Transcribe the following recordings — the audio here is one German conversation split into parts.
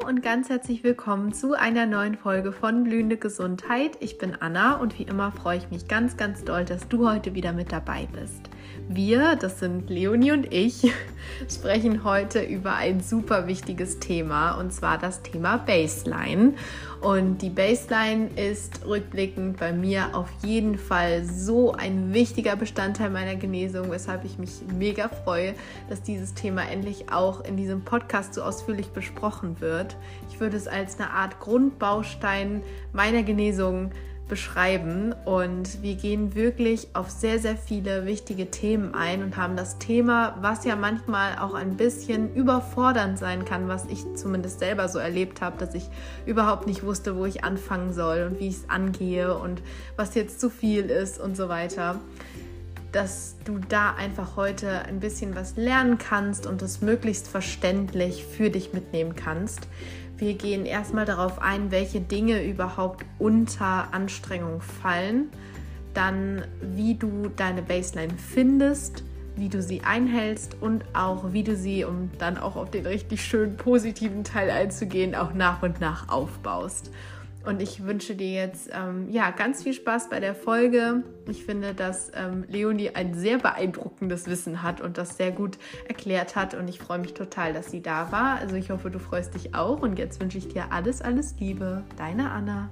und ganz herzlich willkommen zu einer neuen Folge von Blühende Gesundheit. Ich bin Anna und wie immer freue ich mich ganz, ganz doll, dass du heute wieder mit dabei bist. Wir, das sind Leonie und ich, sprechen heute über ein super wichtiges Thema und zwar das Thema Baseline. Und die Baseline ist rückblickend bei mir auf jeden Fall so ein wichtiger Bestandteil meiner Genesung, weshalb ich mich mega freue, dass dieses Thema endlich auch in diesem Podcast so ausführlich besprochen wird. Ich würde es als eine Art Grundbaustein meiner Genesung beschreiben und wir gehen wirklich auf sehr, sehr viele wichtige Themen ein und haben das Thema, was ja manchmal auch ein bisschen überfordernd sein kann, was ich zumindest selber so erlebt habe, dass ich überhaupt nicht wusste, wo ich anfangen soll und wie ich es angehe und was jetzt zu viel ist und so weiter, dass du da einfach heute ein bisschen was lernen kannst und es möglichst verständlich für dich mitnehmen kannst. Wir gehen erstmal darauf ein, welche Dinge überhaupt unter Anstrengung fallen, dann wie du deine Baseline findest, wie du sie einhältst und auch wie du sie, um dann auch auf den richtig schönen positiven Teil einzugehen, auch nach und nach aufbaust. Und ich wünsche dir jetzt ganz viel Spaß bei der Folge. Ich finde, dass Leonie ein sehr beeindruckendes Wissen hat und das sehr gut erklärt hat. Und ich freue mich total, dass sie da war. Also ich hoffe, du freust dich auch. Und jetzt wünsche ich dir alles, alles Liebe. Deine Anna.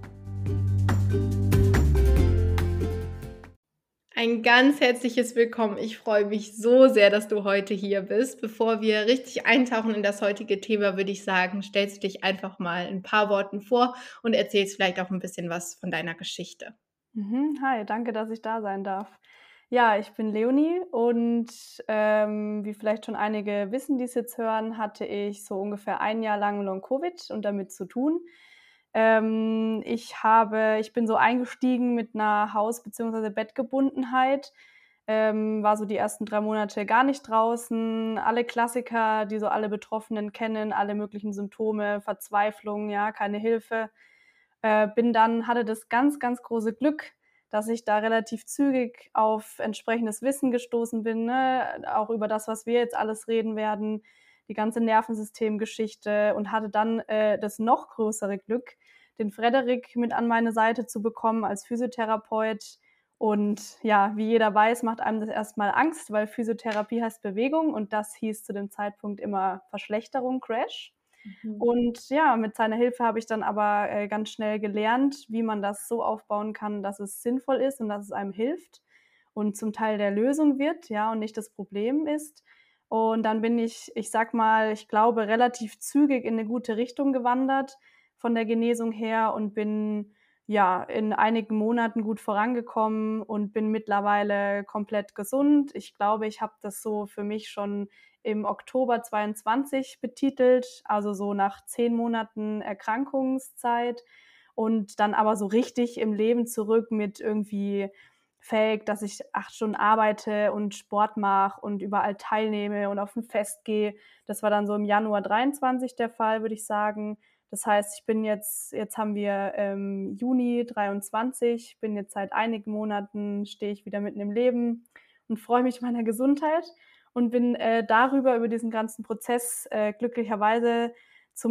Ein ganz herzliches Willkommen. Ich freue mich so sehr, dass du heute hier bist. Bevor wir richtig eintauchen in das heutige Thema, würde ich sagen, stellst du dich einfach mal in ein paar Worten vor und erzählst vielleicht auch ein bisschen was von deiner Geschichte. Hi, danke, dass ich da sein darf. Ja, ich bin Leonie und wie vielleicht schon einige wissen, die es jetzt hören, hatte ich so ungefähr ein Jahr lang Long-Covid und damit zu tun. Ich bin so eingestiegen mit einer Haus- bzw. Bettgebundenheit, war so die ersten 3 Monate gar nicht draußen. Alle Klassiker, die so alle Betroffenen kennen, alle möglichen Symptome, Verzweiflung, ja, keine Hilfe. Hatte das ganz, ganz große Glück, dass ich da relativ zügig auf entsprechendes Wissen gestoßen bin, ne? Auch über das, was wir jetzt alles reden werden, die ganze Nervensystemgeschichte und hatte dann das noch größere Glück, den Frederik mit an meine Seite zu bekommen als Physiotherapeut. Und ja, wie jeder weiß, macht einem das erstmal Angst, weil Physiotherapie heißt Bewegung und das hieß zu dem Zeitpunkt immer Verschlechterung, Crash. Und ja, mit seiner Hilfe habe ich dann aber ganz schnell gelernt, wie man das so aufbauen kann, dass es sinnvoll ist und dass es einem hilft und zum Teil der Lösung wird, ja, und nicht das Problem ist. Und dann bin ich sag mal, ich glaube, relativ zügig in eine gute Richtung gewandert von der Genesung her und bin ja in einigen Monaten gut vorangekommen und bin mittlerweile komplett gesund. Ich glaube, ich habe das so für mich schon im Oktober 22 betitelt, also so nach 10 Monaten Erkrankungszeit und dann aber so richtig im Leben zurück mit irgendwie fähig, dass ich 8 Stunden arbeite und Sport mache und überall teilnehme und auf ein Fest gehe. Das war dann so im Januar 23 der Fall, würde ich sagen. Das heißt, jetzt haben wir Juni 23, bin jetzt seit einigen Monaten, stehe ich wieder mitten im Leben und freue mich meiner Gesundheit und bin über diesen ganzen Prozess glücklicherweise zu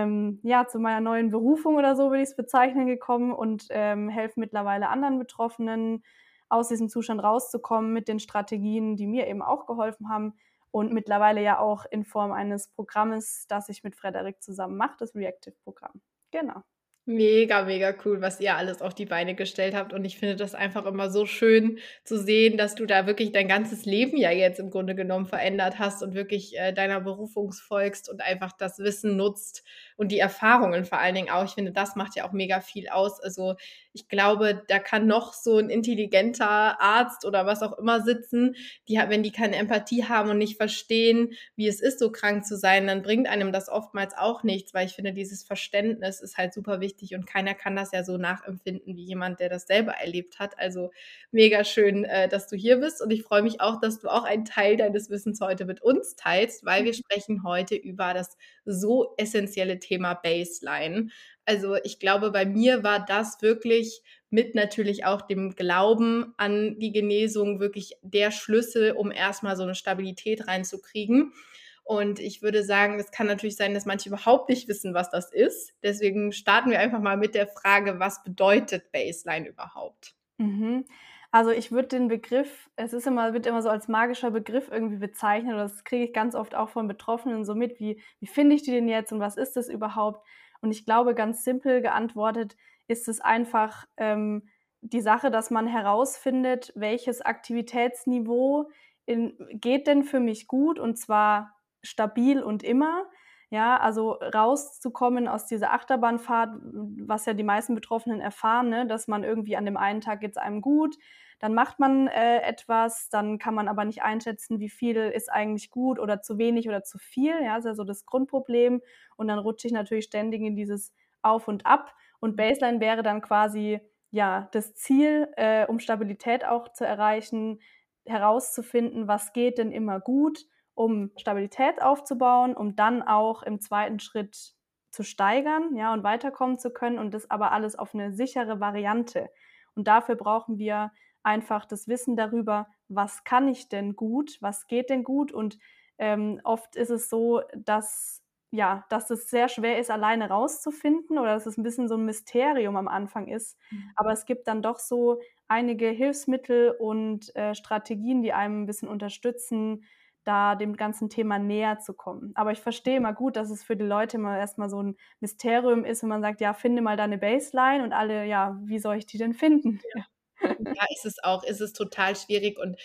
meiner neuen Berufung oder so würde ich es bezeichnen gekommen und helfe mittlerweile anderen Betroffenen aus diesem Zustand rauszukommen mit den Strategien, die mir eben auch geholfen haben und mittlerweile ja auch in Form eines Programmes, das ich mit Frederik zusammen mache, das Reactive-Programm. Genau. Mega, mega cool, was ihr alles auf die Beine gestellt habt. Und ich finde das einfach immer so schön zu sehen, dass du da wirklich dein ganzes Leben ja jetzt im Grunde genommen verändert hast und wirklich deiner Berufung folgst und einfach das Wissen nutzt und die Erfahrungen vor allen Dingen auch. Ich finde, das macht ja auch mega viel aus. Also ich glaube, da kann noch so ein intelligenter Arzt oder was auch immer sitzen, wenn die keine Empathie haben und nicht verstehen, wie es ist, so krank zu sein, dann bringt einem das oftmals auch nichts, weil ich finde, dieses Verständnis ist halt super wichtig und keiner kann das ja so nachempfinden wie jemand, der das selber erlebt hat. Also mega schön, dass du hier bist und ich freue mich auch, dass du auch einen Teil deines Wissens heute mit uns teilst, weil wir sprechen heute über das so essentielle Thema Baseline. Also ich glaube, bei mir war das wirklich mit natürlich auch dem Glauben an die Genesung wirklich der Schlüssel, um erstmal so eine Stabilität reinzukriegen. Und ich würde sagen, es kann natürlich sein, dass manche überhaupt nicht wissen, was das ist. Deswegen starten wir einfach mal mit der Frage, was bedeutet Baseline überhaupt? Mhm. Also, ich würde den Begriff wird immer so als magischer Begriff irgendwie bezeichnet, oder das kriege ich ganz oft auch von Betroffenen so mit: „Wie finde ich die denn jetzt und was ist das überhaupt?“ Und ich glaube, ganz simpel geantwortet ist es einfach, die Sache, dass man herausfindet, welches Aktivitätsniveau geht denn für mich gut, und zwar stabil und immer. Ja, also rauszukommen aus dieser Achterbahnfahrt, was ja die meisten Betroffenen erfahren, ne, dass man irgendwie an dem einen Tag geht's einem gut, dann macht man, etwas, dann kann man aber nicht einschätzen, wie viel ist eigentlich gut oder zu wenig oder zu viel, ja, ist ja so das Grundproblem. Und dann rutsche ich natürlich ständig in dieses Auf und Ab. Und Baseline wäre dann quasi, ja, das Ziel, um Stabilität auch zu erreichen, herauszufinden, was geht denn immer gut, um Stabilität aufzubauen, um dann auch im zweiten Schritt zu steigern, ja, und weiterkommen zu können, und das aber alles auf eine sichere Variante. Und dafür brauchen wir einfach das Wissen darüber, was kann ich denn gut, was geht denn gut, und, oft ist es so, dass es sehr schwer ist, alleine rauszufinden, oder dass es ein bisschen so ein Mysterium am Anfang ist. Mhm. Aber es gibt dann doch so einige Hilfsmittel und, Strategien, die einem ein bisschen unterstützen, da dem ganzen Thema näher zu kommen. Aber ich verstehe immer gut, dass es für die Leute immer erst mal so 'n Mysterium ist, wenn man sagt: „Ja, finde mal deine Baseline“, und alle: „Ja, wie soll ich die denn finden?“ Ja. Ja, ist es auch, ist es total schwierig und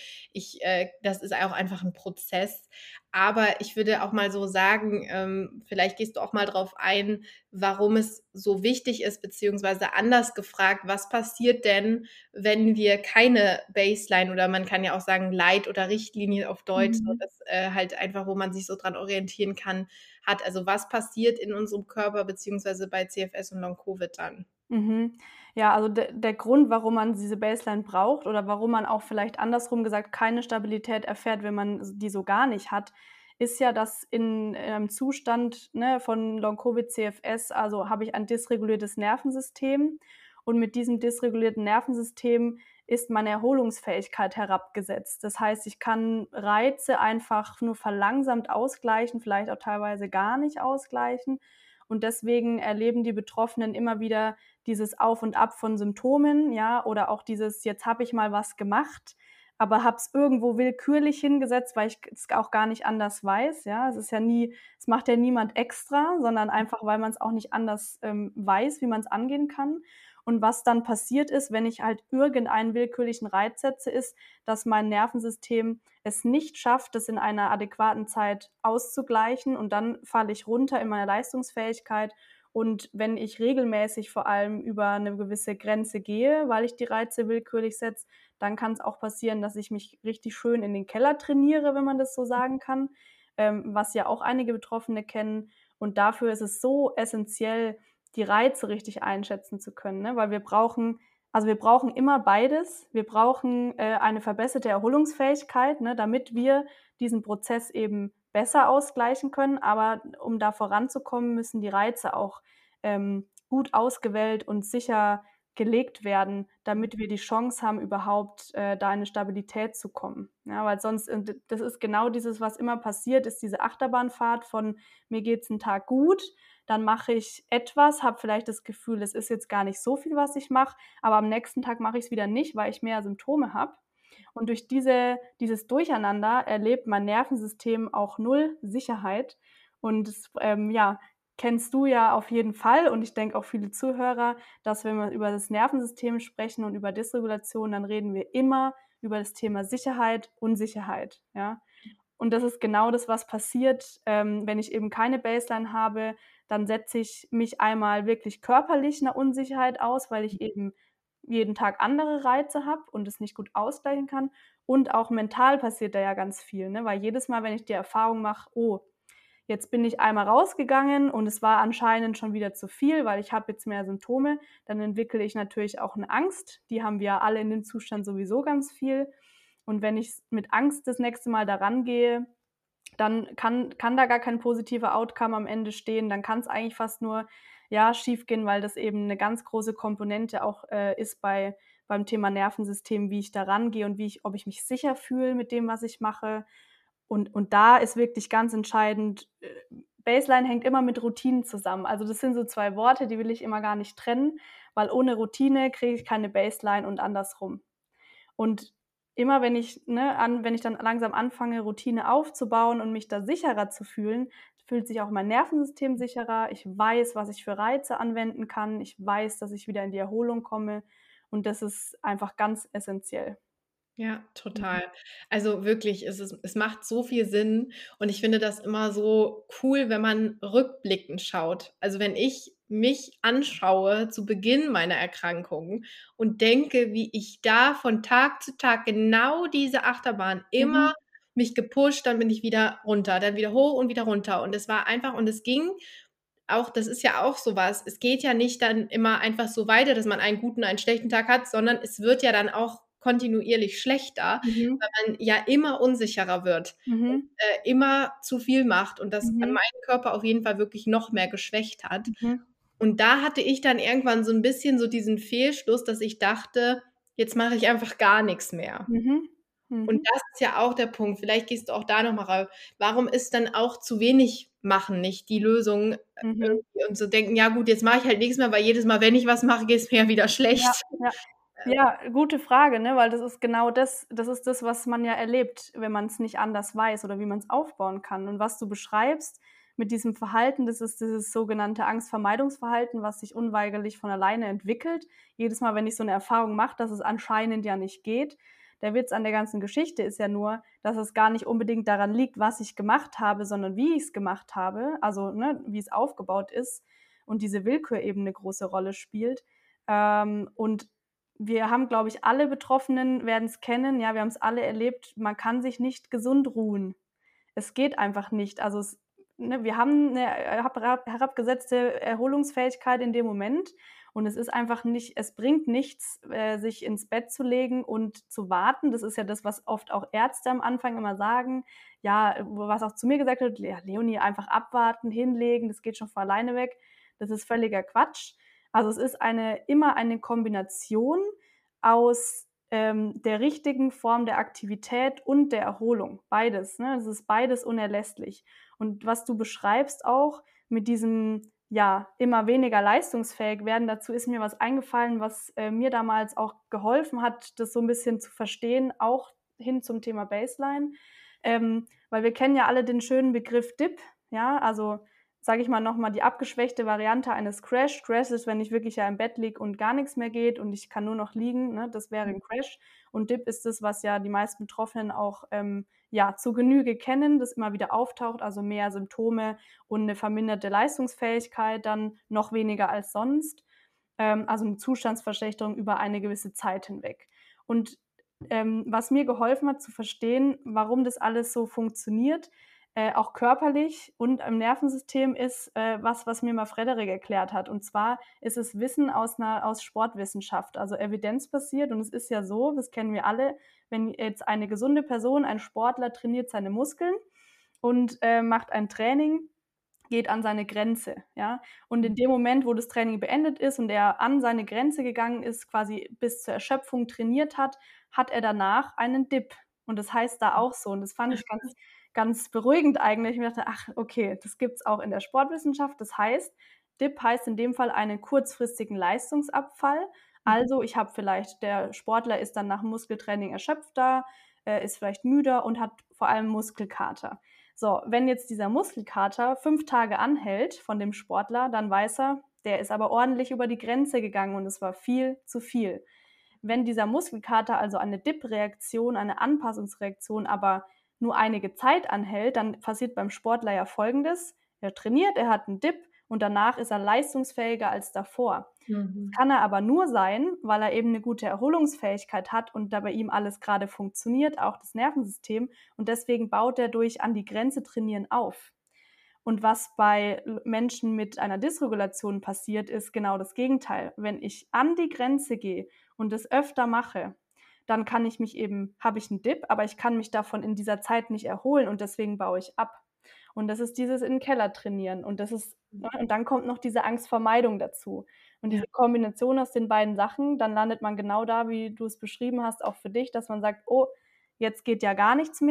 das ist auch einfach ein Prozess. Aber ich würde auch mal so sagen, vielleicht gehst du auch mal drauf ein, warum es so wichtig ist, beziehungsweise anders gefragt, was passiert denn, wenn wir keine Baseline oder man kann ja auch sagen Leit oder Richtlinie auf Deutsch, so Mhm. das, halt einfach, wo man sich so dran orientieren kann, hat. Also, was passiert in unserem Körper beziehungsweise bei CFS und Long Covid dann? Mhm. Ja, also der Grund, warum man diese Baseline braucht, oder warum man auch vielleicht andersrum gesagt keine Stabilität erfährt, wenn man die so gar nicht hat, ist ja, dass in einem Zustand, ne, von Long-Covid, CFS, also habe ich ein dysreguliertes Nervensystem, und mit diesem dysregulierten Nervensystem ist meine Erholungsfähigkeit herabgesetzt. Das heißt, ich kann Reize einfach nur verlangsamt ausgleichen, vielleicht auch teilweise gar nicht ausgleichen, und deswegen erleben die Betroffenen immer wieder dieses Auf und Ab von Symptomen, ja, oder auch dieses: „Jetzt habe ich mal was gemacht, aber habe es irgendwo willkürlich hingesetzt, weil ich es auch gar nicht anders weiß“, ja? Es macht ja niemand extra, sondern einfach, weil man es auch nicht anders, weiß, wie man es angehen kann. Und was dann passiert ist, wenn ich halt irgendeinen willkürlichen Reiz setze, ist, dass mein Nervensystem es nicht schafft, das in einer adäquaten Zeit auszugleichen, und dann falle ich runter in meiner Leistungsfähigkeit. Und wenn ich regelmäßig vor allem über eine gewisse Grenze gehe, weil ich die Reize willkürlich setze, dann kann es auch passieren, dass ich mich richtig schön in den Keller trainiere, wenn man das so sagen kann, was ja auch einige Betroffene kennen. Und dafür ist es so essentiell, die Reize richtig einschätzen zu können, ne? Weil wir brauchen immer beides. Wir brauchen, eine verbesserte Erholungsfähigkeit, ne, damit wir diesen Prozess eben besser ausgleichen können. Aber um da voranzukommen, müssen die Reize auch, gut ausgewählt und sicher gelegt werden, damit wir die Chance haben, überhaupt, da in 'ne Stabilität zu kommen. Ja, weil sonst das ist genau dieses, was immer passiert, ist diese Achterbahnfahrt von: „Mir geht's 'n Tag gut, dann mache ich etwas, habe vielleicht das Gefühl, es ist jetzt gar nicht so viel, was ich mache, aber am nächsten Tag mache ich's wieder nicht, weil ich mehr Symptome habe.“ Und durch dieses Durcheinander erlebt mein Nervensystem auch null Sicherheit. Und das, ja, kennst du ja auf jeden Fall, und ich denke auch viele Zuhörer, dass, wenn wir über das Nervensystem sprechen und über Dysregulation, dann reden wir immer über das Thema Sicherheit, Unsicherheit, ja? Und das ist genau das, was passiert, wenn ich eben keine Baseline habe. Dann setze ich mich einmal wirklich körperlich 'ner Unsicherheit aus, weil ich eben jeden Tag andere Reize habe und es nicht gut ausgleichen kann. Und auch mental passiert da ja ganz viel, ne? Weil jedes Mal, wenn ich die Erfahrung mache: „Oh, jetzt bin ich einmal rausgegangen und es war anscheinend schon wieder zu viel, weil ich habe jetzt mehr Symptome“, dann entwickle ich natürlich auch 'ne Angst. Die haben wir ja alle in dem Zustand sowieso ganz viel. Und wenn ich mit Angst das nächste Mal da rangehe, dann kann da gar kein positiver Outcome am Ende stehen. Dann kann es eigentlich fast nur, ja, schiefgehen, weil das eben eine ganz große Komponente auch, ist beim Thema Nervensystem, wie ich da rangehe und ob ich mich sicher fühle mit dem, was ich mache. Und da ist wirklich ganz entscheidend, Baseline hängt immer mit Routinen zusammen. Also das sind so 2 Worte, die will ich immer gar nicht trennen, weil ohne Routine kriege ich keine Baseline und andersrum. Und immer wenn ich dann langsam anfange, Routine aufzubauen und mich da sicherer zu fühlen, fühlt sich auch mein Nervensystem sicherer. Ich weiß, was ich für Reize anwenden kann. Ich weiß, dass ich wieder in die Erholung komme und das ist einfach ganz essenziell. Ja, Mhm. total. Also wirklich, es macht so viel Sinn und ich finde das immer so cool, wenn man rückblickend schaut. Also, wenn ich mich anschaue zu Beginn meiner Erkrankung und denke, wie ich da von Tag zu Tag genau diese Achterbahn Mhm. immer mich gepusht, dann bin ich wieder runter, dann wieder hoch und wieder runter. Und es war einfach und es ging auch das ist ja auch so was. Es geht ja nicht dann immer einfach so weiter, dass man einen guten, einen schlechten Tag hat, sondern es wird ja dann auch kontinuierlich schlechter, Mhm. weil man ja immer unsicherer wird und, Mhm. immer zu viel macht und das an Mhm. meinen Körper auf jeden Fall wirklich noch mehr geschwächt hat. Mhm. Und da hatte ich dann irgendwann so 'n bisschen so diesen Fehlschluss, dass ich dachte: „Jetzt mache ich einfach gar nix mehr.“ Mhm. Und Mhm. das ist ja auch der Punkt. Vielleicht gehst du auch da noch mal rauf. Warum ist dann auch zu wenig machen nicht die Lösung, Mhm. irgendwie und so denken: „Ja gut, jetzt mache ich halt nix mehr, weil jedes Mal, wenn ich was mache, geht's mir ja wieder Ja, schlecht.“ ja. Ja, gute Frage, ne, weil das ist genau das ist das, was man ja erlebt, wenn man's nicht anders weiß oder wie man's aufbauen kann. Und was du beschreibst mit diesem Verhalten, das ist dieses sogenannte Angstvermeidungsverhalten, was sich unweigerlich von alleine entwickelt. Jedes Mal, wenn ich so 'ne Erfahrung mache, dass es anscheinend ja nicht geht. Der Witz an der ganzen Geschichte ist ja nur, dass es gar nicht unbedingt daran liegt, was ich gemacht habe, sondern wie ich's gemacht habe, also, ne, wie es aufgebaut ist und diese Willkür eben 'ne große Rolle spielt. Und wir haben, glaube ich, alle Betroffenen werden's kennen, ja, wir haben's alle erlebt, man kann sich nicht gesund ruhen. Es geht einfach nicht. Also, wir haben 'ne herabgesetzte Erholungsfähigkeit in dem Moment und es ist einfach nicht es bringt nichts, sich ins Bett zu legen und zu warten. Das ist ja das, was oft auch Ärzte am Anfang immer sagen. Ja, was auch zu mir gesagt wird: „Ja, Leonie, einfach abwarten, hinlegen, das geht schon von alleine weg.“ Das ist völliger Quatsch. Also, es ist immer eine Kombination aus, der richtigen Form der Aktivität und der Erholung. Beides, ne? Es ist beides unerlässlich. Und was du beschreibst auch mit diesem, ja, immer weniger leistungsfähig werden, dazu ist mir was eingefallen, was, mir damals auch geholfen hat, das so 'n bisschen zu verstehen, auch hin zum Thema Baseline. Weil wir kennen ja alle den schönen Begriff DIP, ja? Also, sage ich mal, noch mal die abgeschwächte Variante eines Crash. Crash ist, wenn ich wirklich ja im Bett liege und gar nix mehr geht und ich kann nur noch liegen, ne? Das wäre 'n Crash. Und DIP ist das, was ja die meisten Betroffenen auch, ja, zur Genüge kennen, das immer wieder auftaucht, also mehr Symptome und 'ne verminderte Leistungsfähigkeit, dann noch weniger als sonst. Also 'ne Zustandsverschlechterung über eine gewisse Zeit hinweg. Und, was mir geholfen hat zu verstehen, warum das alles so funktioniert, auch körperlich und im Nervensystem ist, was mir mal Frederik erklärt hat. Und zwar ist es Wissen aus Sportwissenschaft, also evidenzbasiert. Und es ist ja so, das kennen wir alle, wenn jetzt eine gesunde Person, ein Sportler trainiert seine Muskeln und, macht ein Training, geht an seine Grenze, ja? Und in dem Moment, wo das Training beendet ist und er an seine Grenze gegangen ist, quasi bis zur Erschöpfung trainiert hat, hat er danach einen Dip. Und das heißt da auch so. Und das fand ich ganz beruhigend eigentlich. Ich mir dachte: „Ach, okay, das gibt's auch in der Sportwissenschaft.“ Das heißt, Dip heißt in dem Fall einen kurzfristigen Leistungsabfall. Mhm. Also, ich habe vielleicht der Sportler ist dann nach dem Muskeltraining erschöpfter, ist vielleicht müder und hat vor allem Muskelkater. So, wenn jetzt dieser Muskelkater 5 Tage anhält von dem Sportler, dann weiß er, der ist aber ordentlich über die Grenze gegangen und es war viel zu viel. Wenn dieser Muskelkater, also eine Dip-Reaktion, eine Anpassungsreaktion, aber nur einige Zeit anhält, dann passiert beim Sportler ja Folgendes: Er trainiert, er hat 'n Dip und danach ist er leistungsfähiger als davor. Das Mhm. kann er aber nur sein, weil er eben 'ne gute Erholungsfähigkeit hat und da bei ihm alles grade funktioniert, auch das Nervensystem. Und deswegen baut er durch an die Grenze trainieren auf. Und was bei Menschen mit einer Dysregulation passiert, ist genau das Gegenteil. Wenn ich an die Grenze gehe und das öfter mache, dann kann ich mich eben habe ich 'n Dip, aber ich kann mich davon in dieser Zeit nicht erholen und deswegen baue ich ab. Und das ist dieses in 'n Keller trainieren und das ist ne, und dann kommt noch diese Angstvermeidung dazu. Und Ja. diese Kombination aus den beiden Sachen, dann landet man genau da, wie du es beschrieben hast, auch für dich, dass man sagt: „Oh, jetzt geht ja gar nichts mehr.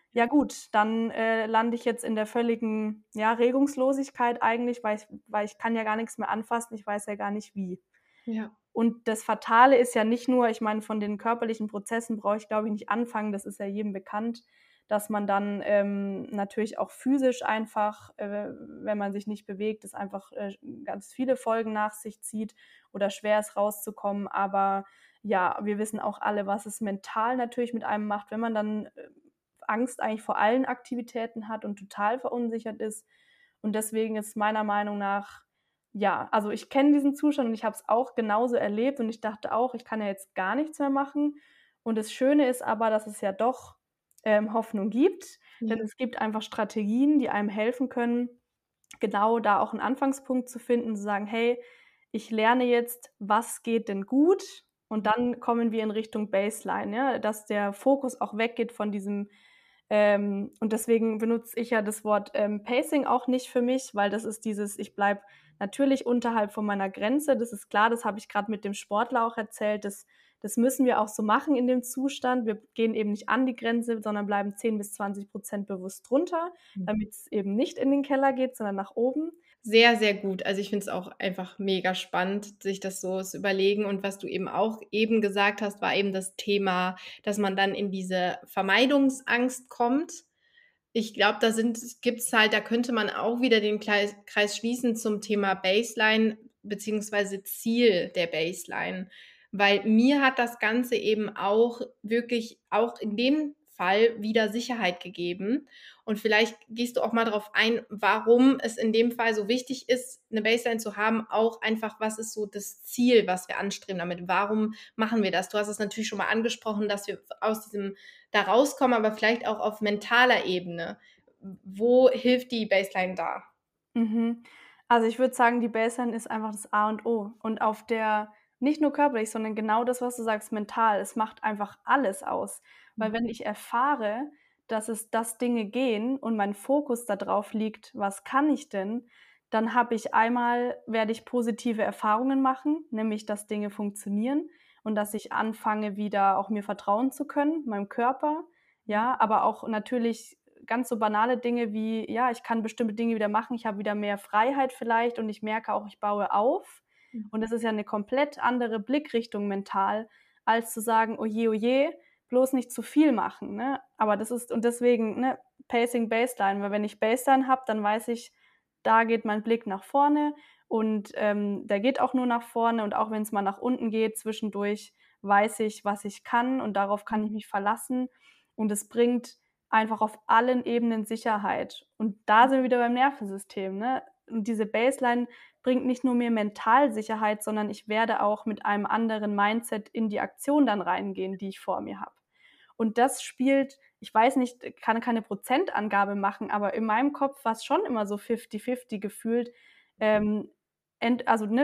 ja gut, dann, lande ich jetzt in der völligen, ja, Regungslosigkeit eigentlich, weil ich kann ja gar nichts mehr anfassen, ich weiß ja gar nicht wie. Ja. Und das Fatale ist ja nicht nur, ich meine, von den körperlichen Prozessen brauche ich, glaube ich, nicht anfangen, das ist ja jedem bekannt, dass man dann, natürlich auch physisch einfach, wenn man sich nicht bewegt, das einfach, ganz viele Folgen nach sich zieht oder schwer ist, rauszukommen. Aber ja, wir wissen auch alle, was es mental natürlich mit einem macht, wenn man dann, Angst eigentlich vor allen Aktivitäten hat und total verunsichert ist. Und deswegen ist meiner Meinung nach, ja, also ich kenne diesen Zustand und ich habe es auch genauso erlebt und ich dachte auch, ich kann ja jetzt gar nichts mehr machen. Und das Schöne ist aber, dass es ja doch, Hoffnung gibt, denn Ja. es gibt einfach Strategien, die einem helfen können, genau da auch einen Anfangspunkt zu finden, zu sagen: „Hey, ich lerne jetzt, was geht denn gut?“ Und dann kommen wir in Richtung Baseline, ja, dass der Fokus auch weggeht von diesem, und deswegen benutze ich ja das Wort, Pacing auch nicht für mich, weil das ist dieses, ich bleibe natürlich unterhalb von meiner Grenze. Das ist klar, das habe ich gerade mit dem Sportler auch erzählt. Das müssen wir auch so machen in dem Zustand. Wir gehen eben nicht an die Grenze, sondern bleiben 10 bis 20% bewusst drunter, damit es eben nicht in den Keller geht, sondern nach oben. Sehr, sehr gut. Also, ich finde es auch einfach mega spannend, sich das so zu überlegen. Und was du eben auch eben gesagt hast, war eben das Thema, dass man dann in diese Vermeidungsangst kommt. Ich glaube, gibt's halt, da könnte man auch wieder den Kreis schließen zum Thema Baseline beziehungsweise Ziel der Baseline. Weil mir hat das Ganze eben auch wirklich auch in dem Fall wieder Sicherheit gegeben. Und vielleicht gehst du auch mal darauf ein, warum es in dem Fall so wichtig ist, eine Baseline zu haben, auch einfach, was ist so das Ziel, was wir anstreben damit? Warum machen wir das? Du hast es natürlich schon mal angesprochen, dass wir aus diesem da rauskommen, aber vielleicht auch auf mentaler Ebene. Wo hilft die Baseline da? Mhm. Also, ich würde sagen, die Baseline ist einfach das A und O. Und auf der, nicht nur körperlich, sondern genau das, was du sagst, mental. Es macht einfach alles aus. Weil wenn ich erfahre, dass Dinge gehen und mein Fokus da drauf liegt: „Was kann ich denn?“, dann werde ich positive Erfahrungen machen, nämlich dass Dinge funktionieren und dass ich anfange, wieder auch mir vertrauen zu können, meinem Körper, ja, aber auch natürlich ganz so banale Dinge wie, ja, ich kann bestimmte Dinge wieder machen, ich habe wieder mehr Freiheit vielleicht und ich merke auch, ich baue auf. Und das ist ja 'ne komplett andere Blickrichtung mental, als zu sagen: „Oh je, bloß nicht zu viel machen“, ne? Aber das ist, und deswegen, ne, Pacing, Baseline, weil wenn ich Baseline habe, dann weiß ich, da geht mein Blick nach vorne und, der geht auch nur nach vorne, und auch wenn's mal nach unten geht zwischendurch, weiß ich, was ich kann, und darauf kann ich mich verlassen. Und es bringt einfach auf allen Ebenen Sicherheit. Und da sind wir wieder beim Nervensystem, ne? Und diese Baseline bringt nicht nur mir mental Sicherheit, sondern ich werde auch mit einem anderen Mindset in die Aktion dann reingehen, die ich vor mir habe. Und das spielt, ich weiß nicht, kann keine Prozentangabe machen, aber in meinem Kopf war's schon immer so 50-50 gefühlt. Ähm, also, ne,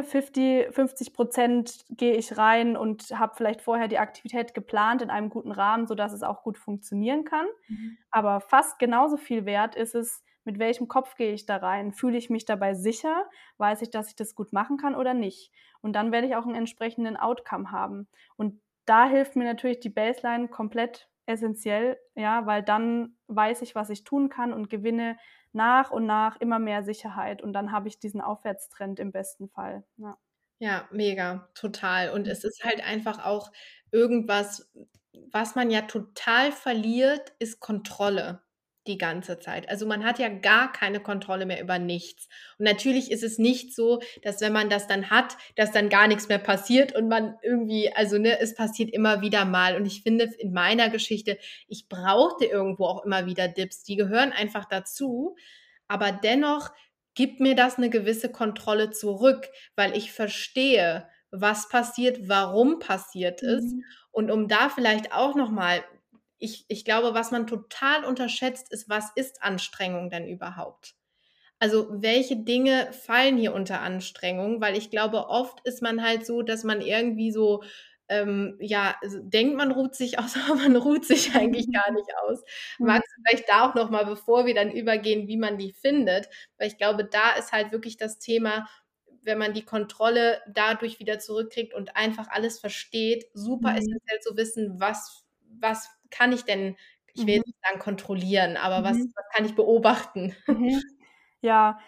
50 gehe ich rein und habe vielleicht vorher die Aktivität geplant in einem guten Rahmen, sodass es auch gut funktionieren kann. Mhm. Aber fast genauso viel wert ist es, mit welchem Kopf gehe ich da rein? Fühle ich mich dabei sicher? Weiß ich, dass ich das gut machen kann oder nicht? Und dann werde ich auch 'n entsprechenden Outcome haben. Und da hilft mir natürlich die Baseline komplett essenziell, ja, weil dann weiß ich, was ich tun kann, und gewinne nach und nach immer mehr Sicherheit, und dann habe ich diesen Aufwärtstrend im besten Fall, ja. Ja, mega, total. Und es ist halt einfach auch irgendwas, was man ja total verliert, ist Kontrolle die ganze Zeit. Also, man hat ja gar keine Kontrolle mehr über nichts. Und natürlich ist es nicht so, dass wenn man das dann hat, dass dann gar nichts mehr passiert und man irgendwie, also, ne, es passiert immer wieder mal. Und ich finde in meiner Geschichte, ich brauchte irgendwo auch immer wieder Dips. Die gehören einfach dazu. Aber dennoch gibt mir das eine gewisse Kontrolle zurück, weil ich verstehe, was passiert, warum passiert ist. Mhm. Und um da vielleicht auch noch mal, ich glaube, was man total unterschätzt, ist, was ist Anstrengung denn überhaupt? Also, welche Dinge fallen hier unter Anstrengung? Weil ich glaube, oft ist man halt so, dass man irgendwie so, ja, denkt, man ruht sich aus, aber man ruht sich eigentlich gar nicht aus. Mhm. Magst du vielleicht da auch noch mal, bevor wir dann übergehen, wie man die findet? Weil ich glaube, da ist halt wirklich das Thema, wenn man die Kontrolle dadurch wieder zurückkriegt und einfach alles versteht, super Mhm. essenziell zu wissen, was kann ich denn ich will jetzt Mhm. nicht sagen kontrollieren, aber Mhm. was kann ich beobachten? Mhm. Ja,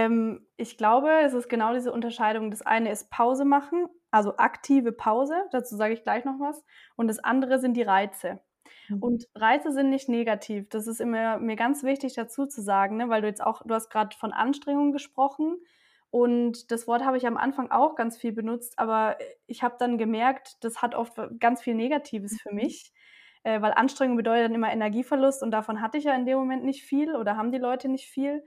ich glaube, es ist genau diese Unterscheidung. Das eine ist Pause machen, also aktive Pause, dazu sage ich gleich noch was, und das andere sind die Reize. Mhm. Und Reize sind nicht negativ. Das ist immer mir ganz wichtig dazu zu sagen, ne, weil du hast grad von Anstrengung gesprochen und das Wort habe ich am Anfang auch ganz viel benutzt, aber ich habe dann gemerkt, das hat oft ganz viel Negatives für Mhm. mich, weil Anstrengung bedeutet dann immer Energieverlust und davon hatte ich ja in dem Moment nicht viel oder haben die Leute nicht viel.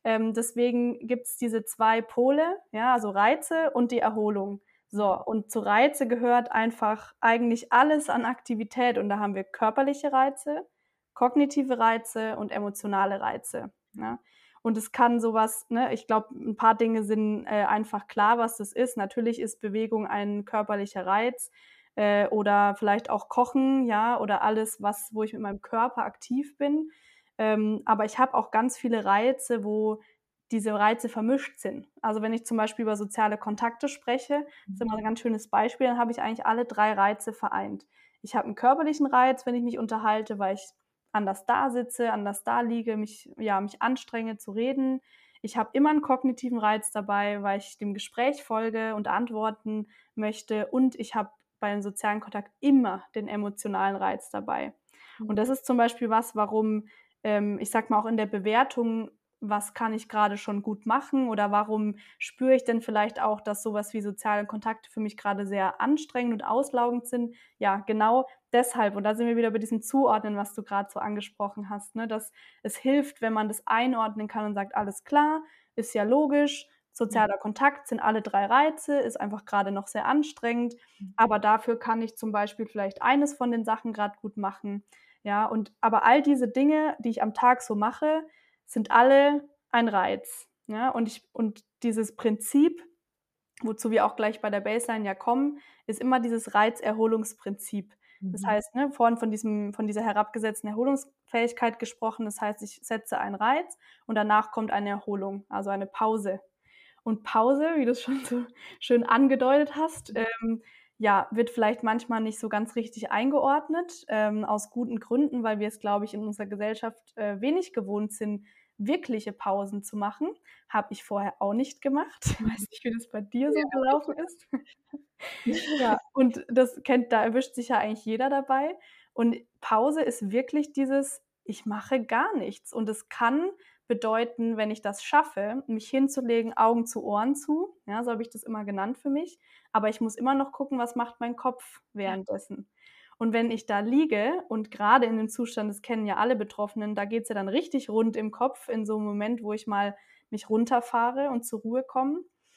Deswegen gibt's diese 2 Pole, ja, also Reize und die Erholung. So, und zu Reize gehört einfach eigentlich alles an Aktivität und da haben wir körperliche Reize, kognitive Reize und emotionale Reize, ne? Und es kann so was, ne, ich glaube, 'n paar Dinge sind, einfach klar, was das ist. Natürlich ist Bewegung ein körperlicher Reiz, oder vielleicht auch Kochen, ja, oder alles, wo ich mit meinem Körper aktiv bin. Aber ich habe auch ganz viele Reize, wo diese Reize vermischt sind. Also, wenn ich zum Beispiel über soziale Kontakte spreche, ist immer 'n ganz schönes Beispiel, dann habe ich eigentlich alle 3 Reize vereint. Ich habe 'n körperlichen Reiz, wenn ich mich unterhalte, weil ich anders dasitze, anders da liege, mich anstrenge zu reden. Ich habe immer 'n kognitiven Reiz dabei, weil ich dem Gespräch folge und antworten möchte und ich habe beim sozialen Kontakt immer den emotionalen Reiz dabei. Und das ist zum Beispiel was, warum, ich sage mal, auch in der Bewertung, was kann ich grade schon gut machen oder warum spüre ich denn vielleicht auch, dass so was wie soziale Kontakte für mich grade sehr anstrengend und auslaugend sind? Ja, genau deshalb. Und da sind wir wieder bei diesem Zuordnen, was du grad so angesprochen hast, ne, dass es hilft, wenn man das einordnen kann und sagt: „Alles klar, ist ja logisch, sozialer Kontakt sind alle 3 Reize, ist einfach grade noch sehr anstrengend, aber dafür kann ich zum Beispiel vielleicht eines von den Sachen grad gut machen." Ja, aber all diese Dinge, die ich am Tag so mache, sind alle ein Reiz, ja? Und dieses Prinzip, wozu wir auch gleich bei der Baseline ja kommen, ist immer dieses Reizerholungsprinzip. Das Mhm. heißt, ne, vorhin von dieser herabgesetzten Erholungsfähigkeit gesprochen. Das heißt, ich setze einen Reiz und danach kommt eine Erholung, also eine Pause. Und Pause, wie du's schon so schön angedeutet hast, ja, wird vielleicht manchmal nicht so ganz richtig eingeordnet, aus guten Gründen, weil wir es, glaube ich, in unserer Gesellschaft, wenig gewohnt sind, wirkliche Pausen zu machen. Habe ich vorher auch nicht gemacht. Weiß nicht, wie das bei dir so gelaufen ist. Ja, und da erwischt sich ja eigentlich jeder dabei. Und Pause ist wirklich dieses: Ich mache gar nichts. Und es kann bedeuten, wenn ich das schaffe, mich hinzulegen, Augen zu, Ohren zu, ja, so habe ich das immer genannt für mich, aber ich muss immer noch gucken, was macht mein Kopf Ja. währenddessen. Und wenn ich da liege und grade in dem Zustand, das kennen ja alle Betroffenen, da geht's ja dann richtig rund im Kopf in so 'nem Moment, wo ich mal mich runterfahre und zur Ruhe komme.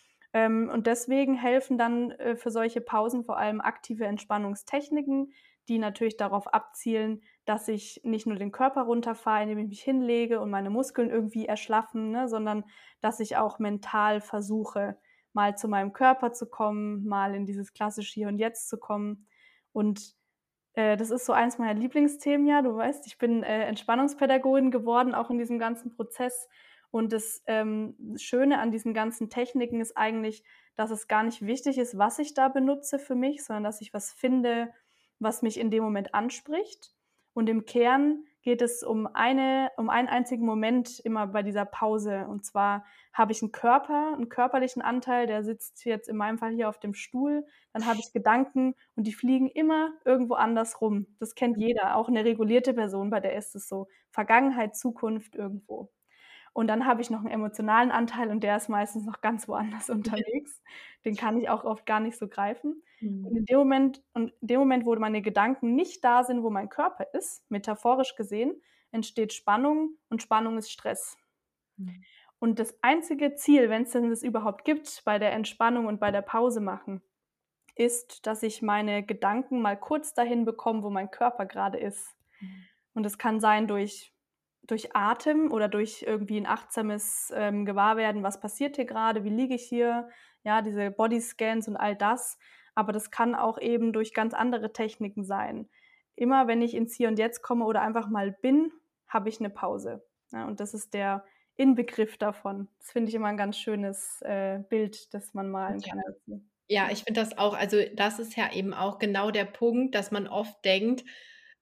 Und deswegen helfen dann, für solche Pausen vor allem aktive Entspannungstechniken, die natürlich darauf abzielen, dass ich nicht nur den Körper runterfahre, indem ich mich hinlege und meine Muskeln irgendwie erschlaffen, ne, sondern dass ich auch mental versuche, mal zu meinem Körper zu kommen, mal in dieses klassische Hier und Jetzt zu kommen. Und, das ist so eins meiner Lieblingsthemen, ja. Du weißt, ich bin, Entspannungspädagogin geworden, auch in diesem ganzen Prozess. Und das, Schöne an diesen ganzen Techniken ist eigentlich, dass es gar nicht wichtig ist, was ich da benutze für mich, sondern dass ich was finde, was mich in dem Moment anspricht. Und im Kern geht es um einen einzigen Moment immer bei dieser Pause. Und zwar habe ich 'n körperlichen Anteil, der sitzt jetzt in meinem Fall hier auf dem Stuhl. Dann habe ich Gedanken und die fliegen immer irgendwo anders rum. Das kennt jeder, auch 'ne regulierte Person, bei der ist es so. Vergangenheit, Zukunft, irgendwo. Und dann habe ich noch 'n emotionalen Anteil und der ist meistens noch ganz woanders unterwegs. Den kann ich auch oft gar nicht so greifen. Mhm. In dem Moment, wo meine Gedanken nicht da sind, wo mein Körper ist, metaphorisch gesehen, entsteht Spannung und Spannung ist Stress. Mhm. Und das einzige Ziel, wenn's denn das überhaupt gibt, bei der Entspannung und bei der Pause machen, ist, dass ich meine Gedanken mal kurz dahin bekomme, wo mein Körper grade ist. Mhm. Und es kann sein durch Atem oder durch irgendwie 'n achtsames, Gewahrwerden: „Was passiert hier grade? Wie liege ich hier?" Ja, diese Bodyscans und all das. Aber das kann auch eben durch ganz andere Techniken sein. Immer wenn ich ins Hier und Jetzt komme oder einfach mal bin, habe ich 'ne Pause. Ja, und das ist der Inbegriff davon. Das finde ich immer 'n ganz schönes, Bild, das man malen Ja. kann dazu. Ja, ich finde das auch, also, das ist ja eben auch genau der Punkt, dass man oft denkt,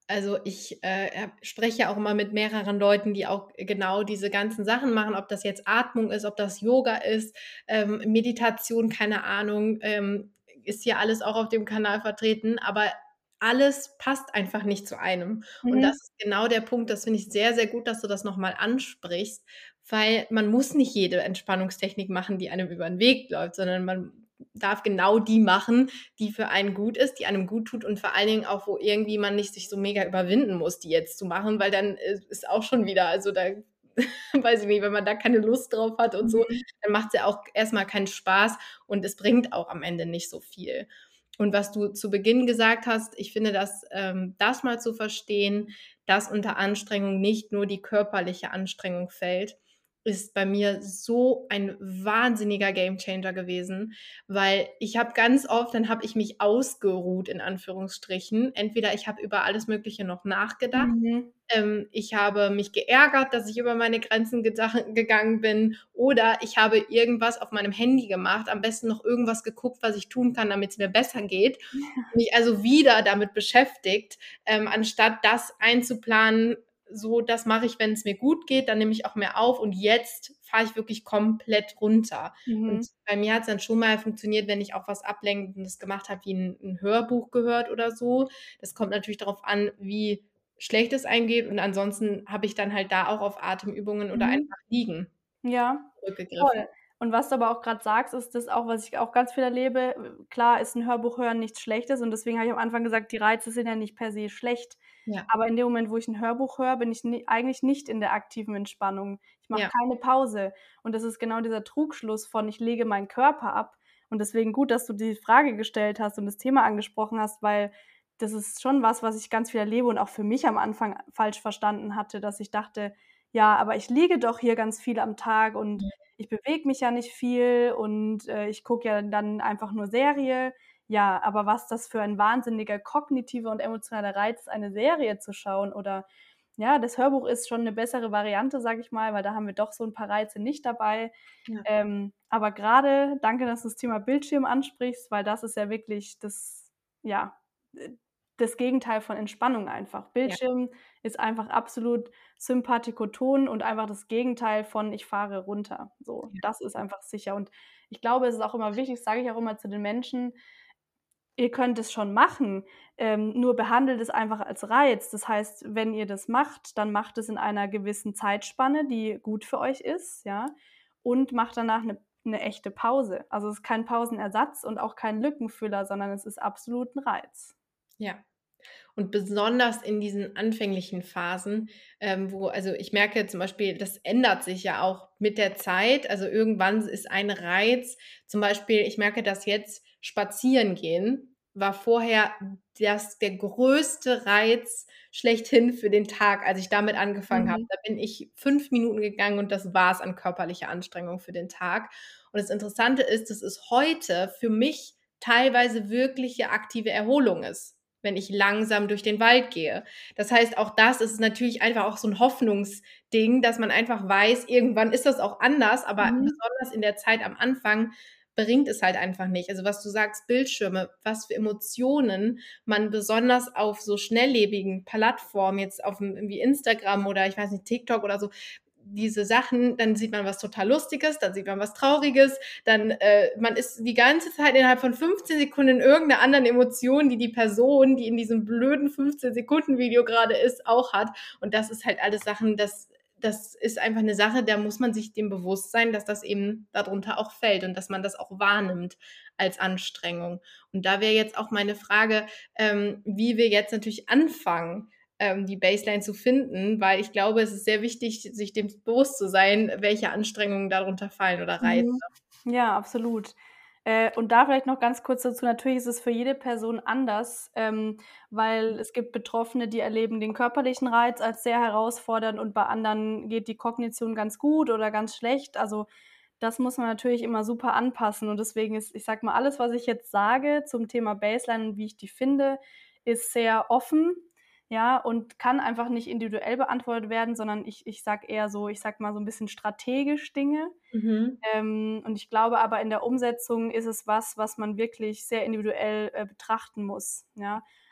Also ich spreche ja auch immer mit mehreren Leuten, die auch genau diese ganzen Sachen machen, ob das jetzt Atmung ist, ob das Yoga ist, Meditation, keine Ahnung, ist hier alles auch auf dem Kanal vertreten, aber alles passt einfach nicht zu einem. Und das Mhm. ist genau der Punkt, das finde ich sehr, sehr gut, dass du das nochmal ansprichst, weil man muss nicht jede Entspannungstechnik machen, die einem über den Weg läuft, sondern man darf genau die machen, die für einen gut ist, die einem gut tut und vor allen Dingen auch, wo irgendwie man nicht sich so mega überwinden muss, die jetzt zu machen, weil dann ist auch schon wieder, also da weiß ich nicht, wenn man da keine Lust drauf hat und so, Mhm. dann macht's ja auch erstmal keinen Spaß und es bringt auch am Ende nicht so viel. Und was du zu Beginn gesagt hast, ich finde, das mal zu verstehen, dass unter Anstrengung nicht nur die körperliche Anstrengung fällt, ist bei mir so ein wahnsinniger Gamechanger gewesen, weil ich habe ganz oft dann habe ich mich ausgeruht in Anführungsstrichen. Entweder ich habe über alles Mögliche noch nachgedacht, Mhm. ich habe mich geärgert, dass ich über meine Grenzen gegangen bin, oder ich habe irgendwas auf meinem Handy gemacht, am besten noch irgendwas geguckt, was ich tun kann, damit's mir besser geht. Mich also wieder damit beschäftigt, anstatt das einzuplanen, so, das mache ich, wenn es mir gut geht, dann nehme ich auch mehr auf und jetzt fahre ich wirklich komplett runter. Und Mhm. bei mir hat es dann schon mal funktioniert, wenn ich auch was Ablenkendes gemacht habe, wie ein Hörbuch gehört oder so. Das kommt natürlich darauf an, wie schlecht es einem geht, und ansonsten habe ich dann halt da auch auf Atemübungen oder Mhm. einfach Liegen Ja, zurückgegriffen. voll. Und was du aber auch grad sagst, ist das auch, was ich auch ganz viel erlebe. Klar ist 'n Hörbuch hören nichts Schlechtes und deswegen habe ich am Anfang gesagt, die Reize sind ja nicht per se schlecht. Ja, Aber in dem Moment, wo ich 'n Hörbuch höre, bin ich eigentlich nicht in der aktiven Entspannung. Ich mache ja, keine Pause. Und das ist genau dieser Trugschluss von: Ich lege meinen Körper ab. Und deswegen gut, dass du die Frage gestellt hast und das Thema angesprochen hast, weil das ist schon was, was ich ganz viel erlebe und auch für mich am Anfang falsch verstanden hatte, dass ich dachte: „Ja, aber ich liege doch hier ganz viel am Tag und ich bewege mich ja nicht viel und, ich gucke ja dann einfach nur Serie.“ Ja, aber was das für ein wahnsinniger kognitiver und emotionaler Reiz ist, eine Serie zu schauen oder ja, das Hörbuch ist schon 'ne bessere Variante, sage ich mal, weil da haben wir doch so 'n paar Reize nicht dabei. ja, Aber grade danke, dass du das Thema Bildschirm ansprichst, weil das ist ja wirklich das ja, äh, das Gegenteil von Entspannung einfach. ja, Bildschirm ist einfach absolut Sympathikoton und einfach das Gegenteil von: „Ich fahre runter.“ So, ja, das ist einfach sicher. Und ich glaube, es ist auch immer wichtig, das sage ich auch immer zu den Menschen: „Ihr könnt es schon machen, nur behandelt es einfach als Reiz.“ Das heißt, wenn ihr das macht, dann macht es in einer gewissen Zeitspanne, die gut für euch ist, ja, und macht danach 'ne echte Pause. Also, es ist kein Pausenersatz und auch kein Lückenfüller, sondern es ist absolut 'n Reiz. ja. Und besonders in diesen anfänglichen Phasen, wo, also ich merke zum Beispiel, das ändert sich ja auch mit der Zeit. Also irgendwann ist ein Reiz, zum Beispiel, ich merke das jetzt, spazieren gehen war vorher der größte Reiz schlechthin für den Tag, als ich damit angefangen habe. Mhm. Da bin ich 5 Minuten gegangen und das war's an körperlicher Anstrengung für den Tag. Und das Interessante ist, dass es heute für mich teilweise wirkliche aktive Erholung ist, wenn ich langsam durch den Wald gehe. Das heißt, auch das ist natürlich einfach auch so 'n Hoffnungsding, dass man einfach weiß, irgendwann ist das auch anders, aber Mhm. besonders in der Zeit am Anfang bringt es halt einfach nicht. Also, was du sagst, Bildschirme, was für Emotionen man besonders auf so schnelllebigen Plattformen, jetzt auf'm irgendwie Instagram oder ich weiß nicht, TikTok oder so, diese Sachen, dann sieht man was total Lustiges, dann sieht man was Trauriges, dann man ist die ganze Zeit innerhalb von 15 Sekunden in irgendeiner anderen Emotion, die die Person, die in diesem blöden 15-Sekunden-Video gerade ist, auch hat. Und das ist halt alles Sachen, das ist einfach eine Sache, da muss man sich dem bewusst sein, dass das eben darunter auch fällt und dass man das auch wahrnimmt als Anstrengung. Und da wäre jetzt auch meine Frage, wie wir jetzt natürlich anfangen, die Baseline zu finden, weil ich glaube, es ist sehr wichtig, sich dem bewusst zu sein, welche Anstrengungen darunter fallen oder Reize. Mhm. Ja, absolut. Und da vielleicht noch ganz kurz dazu, natürlich ist es für jede Person anders, weil es gibt Betroffene, die erleben den körperlichen Reiz als sehr herausfordernd und bei anderen geht die Kognition ganz gut oder ganz schlecht. Also, das muss man natürlich immer super anpassen und deswegen ist, ich sage mal, alles, was ich jetzt sage zum Thema Baseline und wie ich die finde, ist sehr offen, ja, und kann einfach nicht individuell beantwortet werden, sondern ich sage eher so, ich sage mal, so ein bisschen strategisch Dinge. Mhm. Und ich glaube aber, in der Umsetzung ist es was, was man wirklich sehr individuell, betrachten muss, ja?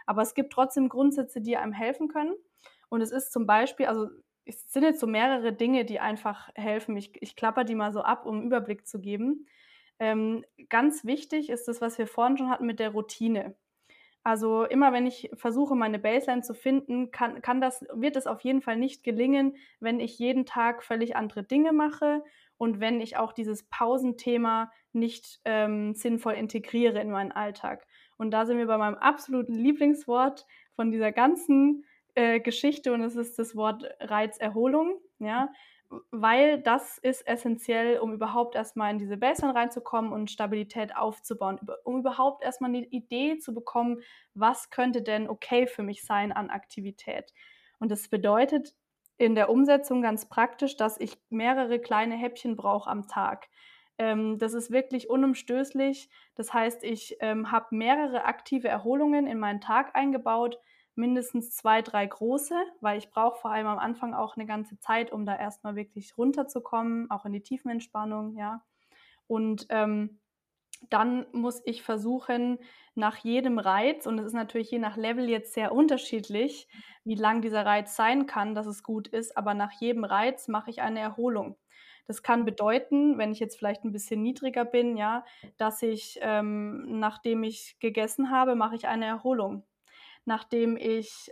Aber es gibt trotzdem Grundsätze, die einem helfen können. Und es ist zum Beispiel, also es sind jetzt so mehrere Dinge, die einfach helfen. Ich klapper die mal so ab, um 'n Überblick zu geben. Ganz wichtig ist das, was wir vorhin schon hatten mit der Routine. Also, immer wenn ich versuche, meine Baseline zu finden, wird es auf jeden Fall nicht gelingen, wenn ich jeden Tag völlig andere Dinge mache und wenn ich auch dieses Pausenthema nicht, sinnvoll integriere in meinen Alltag. Und da sind wir bei meinem absoluten Lieblingswort von dieser ganzen, Geschichte, und es ist das Wort Reizerholung, ja? Weil das ist essentiell, um überhaupt erst mal in diese Baseline reinzukommen und Stabilität aufzubauen, um überhaupt erst mal 'ne Idee zu bekommen, was könnte denn okay für mich sein an Aktivität. Und das bedeutet in der Umsetzung ganz praktisch, dass ich mehrere kleine Häppchen brauche am Tag. Das ist wirklich unumstößlich. Das heißt, ich, habe mehrere aktive Erholungen in meinen Tag eingebaut, mindestens 2, 3 große, weil ich brauche vor allem am Anfang auch eine ganze Zeit, um da erst mal wirklich runterzukommen, auch in die Tiefenentspannung, ja. Und, dann muss ich versuchen, nach jedem Reiz, und es ist natürlich je nach Level jetzt sehr unterschiedlich, wie lang dieser Reiz sein kann, dass es gut ist, aber nach jedem Reiz mache ich eine Erholung. Das kann bedeuten, wenn ich jetzt vielleicht ein bisschen niedriger bin, ja, dass ich, nachdem ich gegessen habe, mache ich eine Erholung. Nachdem ich,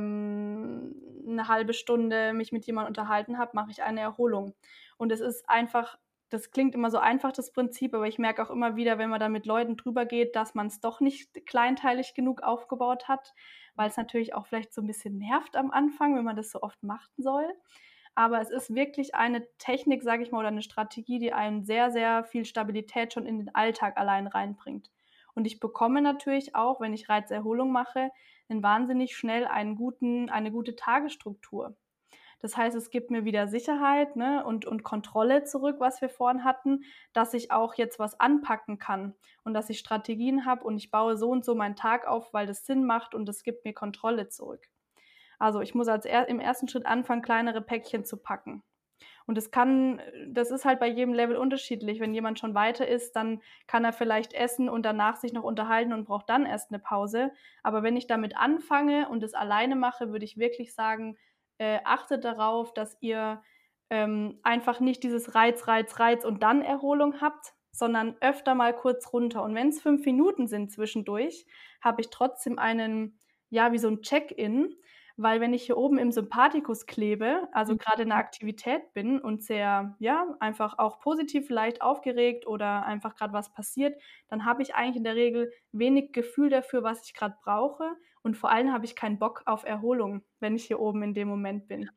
'ne 1 Stunde mich mit jemandem unterhalten habe, mache ich eine Erholung. Und es ist einfach, das klingt immer so einfach, das Prinzip, aber ich merke auch immer wieder, wenn man da mit Leuten drüber geht, dass man's doch nicht kleinteilig genug aufgebaut hat, weil's natürlich auch vielleicht so 'n bisschen nervt am Anfang, wenn man das so oft machen soll. Aber es ist wirklich eine Technik, sage ich mal, oder 'ne Strategie, die einem sehr, sehr viel Stabilität schon in den Alltag allein reinbringt. Und ich bekomme natürlich auch, wenn ich Reizerholung mache, wahnsinnig schnell eine gute Tagesstruktur. Das heißt, es gibt mir wieder Sicherheit, ne, und Kontrolle zurück, was wir vorhin hatten, dass ich auch jetzt was anpacken kann und dass ich Strategien habe und ich baue so und so meinen Tag auf, weil das Sinn macht und es gibt mir Kontrolle zurück. Also, ich muss im ersten Schritt anfangen, kleinere Päckchen zu packen. Und das ist halt bei jedem Level unterschiedlich. Wenn jemand schon weiter ist, dann kann er vielleicht essen und danach sich noch unterhalten und braucht dann erst 'ne Pause. Aber wenn ich damit anfange und es alleine mache, würde ich wirklich sagen, achtet darauf, dass ihr, einfach nicht dieses Reiz, Reiz, Reiz und dann Erholung habt, sondern öfter mal kurz runter. Und wenn's 5 Minuten sind zwischendurch, habe ich trotzdem einen, ja, wie so 'n Check-in, weil wenn ich hier oben im Sympathikus klebe, also grade in 'ner Aktivität bin und sehr, ja, einfach auch positiv vielleicht aufgeregt oder einfach grad was passiert, dann habe ich eigentlich in der Regel wenig Gefühl dafür, was ich grad brauche, und vor allem habe ich keinen Bock auf Erholung, wenn ich hier oben in dem Moment bin.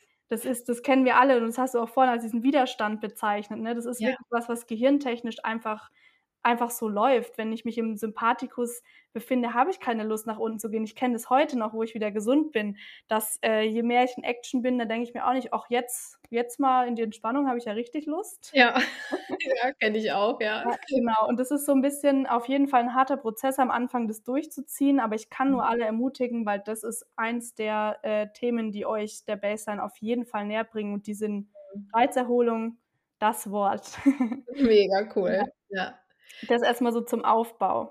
Das kennen wir alle und das hast du auch vorhin als diesen Widerstand bezeichnet, ne? Das ist Ja. wirklich was, was gehirntechnisch einfach so läuft. Wenn ich mich im Sympathikus befinde, habe ich keine Lust, nach unten zu gehen. Ich kenne das heute noch, wo ich wieder gesund bin, dass, je mehr ich in Action bin, da denke ich mir auch nicht: „Ach, jetzt mal in die Entspannung habe ich ja richtig Lust." Ja, ja, kenne ich auch, ja. Ja, genau. Und das ist so 'n bisschen auf jeden Fall 'n harter Prozess am Anfang, das durchzuziehen, aber ich kann nur alle ermutigen, weil das ist eins der, Themen, die euch der Baseline auf jeden Fall näherbringen, und die sind Reizerholung, das Wort. Mega Ja, cool. Ja. das erst mal so zum Aufbau.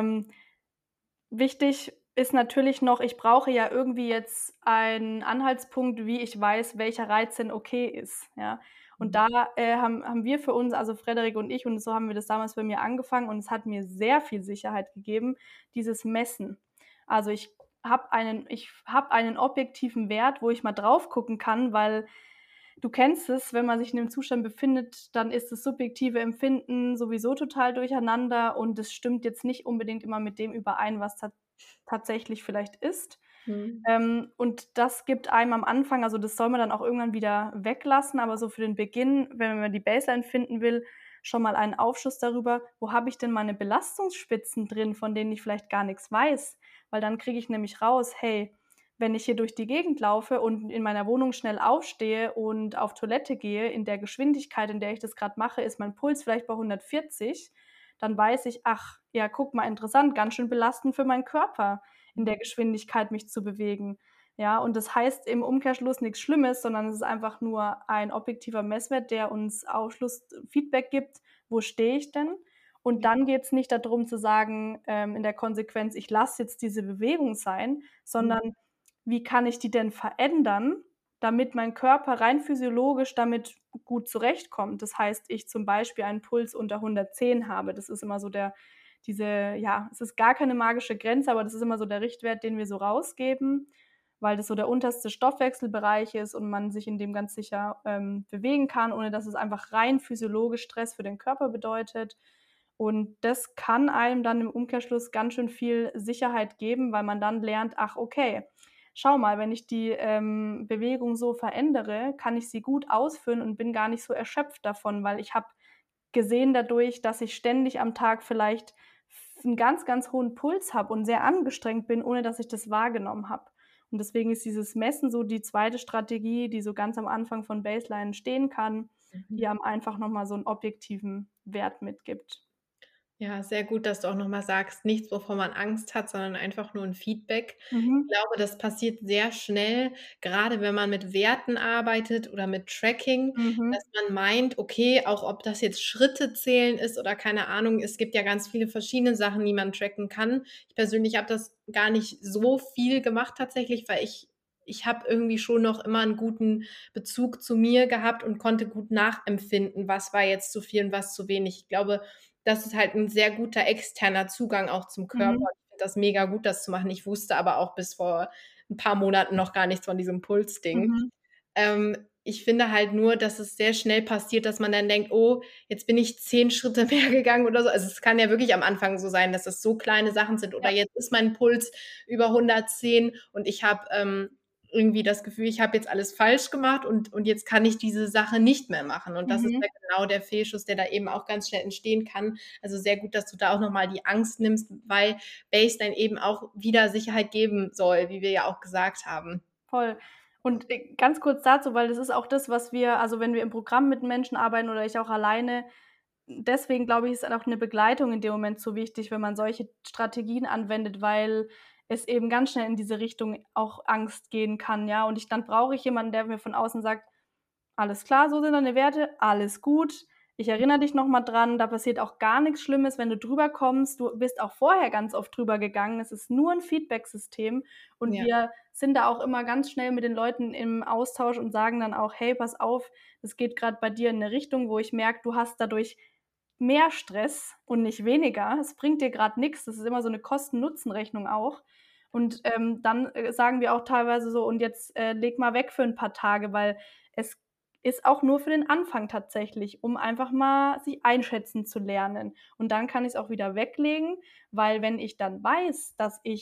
Wichtig ist natürlich noch, ich brauche ja irgendwie jetzt einen Anhaltspunkt, wie ich weiß, welcher Reiz denn okay ist, ja? Und Mhm. da, haben wir für uns, also Frederik und ich, und so haben wir das damals bei mir angefangen und es hat mir sehr viel Sicherheit gegeben, dieses Messen. Also, ich habe einen objektiven Wert, wo ich mal drauf gucken kann, weil du kennst es, wenn man sich in dem Zustand befindet, dann ist das subjektive Empfinden sowieso total durcheinander und es stimmt jetzt nicht unbedingt immer mit dem überein, was tatsächlich vielleicht ist. Mhm. Und das gibt einem am Anfang, also, das soll man dann auch irgendwann wieder weglassen, aber so für den Beginn, wenn man die Baseline finden will, schon mal einen Aufschluss darüber, wo habe ich denn meine Belastungsspitzen drin, von denen ich vielleicht gar nix weiß? Weil dann kriege ich nämlich raus: „Hey, wenn ich hier durch die Gegend laufe und in meiner Wohnung schnell aufstehe und auf Toilette gehe, in der Geschwindigkeit, in der ich das grad mache, ist mein Puls vielleicht bei 140." Dann weiß ich: „Ach, ja, guck mal, interessant, ganz schön belastend für meinen Körper, in der Geschwindigkeit mich zu bewegen." Ja, und das heißt im Umkehrschluss nix Schlimmes, sondern es ist einfach nur ein objektiver Messwert, der uns Aufschluss Feedback gibt: „Wo stehe ich denn?" Und dann geht es nicht darum zu sagen, in der Konsequenz, ich lasse jetzt diese Bewegung sein, Mhm. sondern wie kann ich die denn verändern, damit mein Körper rein physiologisch damit gut zurechtkommt. Das heißt, ich zum Beispiel einen Puls unter 110 habe. Das ist immer so ja, es ist gar keine magische Grenze, aber das ist immer so der Richtwert, den wir so rausgeben, weil das so der unterste Stoffwechselbereich ist und man sich in dem ganz sicher bewegen kann, ohne dass es einfach rein physiologisch Stress für den Körper bedeutet. Und das kann einem dann im Umkehrschluss ganz schön viel Sicherheit geben, weil man dann lernt, ach okay, schau mal, wenn ich die Bewegung so verändere, kann ich sie gut ausführen und bin gar nicht so erschöpft davon, weil ich habe gesehen dadurch, dass ich ständig am Tag vielleicht einen ganz, ganz hohen Puls habe und sehr angestrengt bin, ohne dass ich das wahrgenommen habe. Und deswegen ist dieses Messen so die zweite Strategie, die so ganz am Anfang von Baseline stehen kann, die Mhm. einem einfach noch mal so einen objektiven Wert mitgibt. Ja, sehr gut, dass du auch noch mal sagst, nichts, wovor man Angst hat, sondern einfach nur 'n Feedback. Ich Mhm. glaube, das passiert sehr schnell, grade wenn man mit Werten arbeitet oder mit Tracking, Mhm. dass man meint, okay, auch ob das jetzt Schritte zählen ist oder keine Ahnung, es gibt ja ganz viele verschiedene Sachen, die man tracken kann. Ich persönlich habe das gar nicht so viel gemacht tatsächlich, weil ich habe irgendwie schon noch immer 'n guten Bezug zu mir gehabt und konnte gut nachempfinden, was war jetzt zu viel und was zu wenig. Ich glaube, das ist halt 'n sehr guter externer Zugang auch zum Körper. Mhm. Ich finde das mega gut, das zu machen. Ich wusste aber auch bis vor 'n paar Monaten noch gar nichts von diesem Pulsding. Mhm. Ich finde halt nur, dass es sehr schnell passiert, dass man dann denkt: „Oh, jetzt bin ich 10 Schritte mehr gegangen“ oder so. Also, es kann ja wirklich am Anfang so sein, dass das so kleine Sachen sind oder Ja. jetzt ist mein Puls über 110 und ich habe, irgendwie das Gefühl, ich habe jetzt alles falsch gemacht und jetzt kann ich diese Sache nicht mehr machen. Und das ist Mhm. ja genau der Fehlschuss, der da eben auch ganz schnell entstehen kann. Also, sehr gut, dass du da auch noch mal die Angst nimmst, weil Baseline eben auch wieder Sicherheit geben soll, wie wir ja auch gesagt haben. Voll. Und, ganz kurz dazu, weil das ist auch das, was wir also, wenn wir im Programm mit Menschen arbeiten oder ich auch alleine deswegen glaube ich, ist auch 'ne Begleitung in dem Moment so wichtig, wenn man solche Strategien anwendet, weil es eben ganz schnell in diese Richtung auch Angst gehen kann, ja? Und dann brauche ich jemanden, der mir von außen sagt: „Alles klar, so sind deine Werte, alles gut. Ich erinnere dich noch mal dran, da passiert auch gar nix Schlimmes, wenn du drüber kommst. Du bist auch vorher ganz oft drüber gegangen. Es ist nur 'n Feedbacksystem.“ Und Ja, wir sind da auch immer ganz schnell mit den Leuten im Austausch und sagen dann auch: „Hey, pass auf, das geht grad bei dir in 'ne Richtung, wo ich merke, du hast dadurch mehr Stress und nicht weniger. Es bringt dir grad nix.“ Das ist immer so 'ne Kosten-Nutzen-Rechnung auch. Und, dann, sagen wir auch teilweise so: „Und jetzt, leg mal weg für 'n paar Tage“, weil es ist auch nur für den Anfang tatsächlich, um einfach mal sich einschätzen zu lernen. Und dann kann ich's auch wieder weglegen, weil wenn ich dann weiß,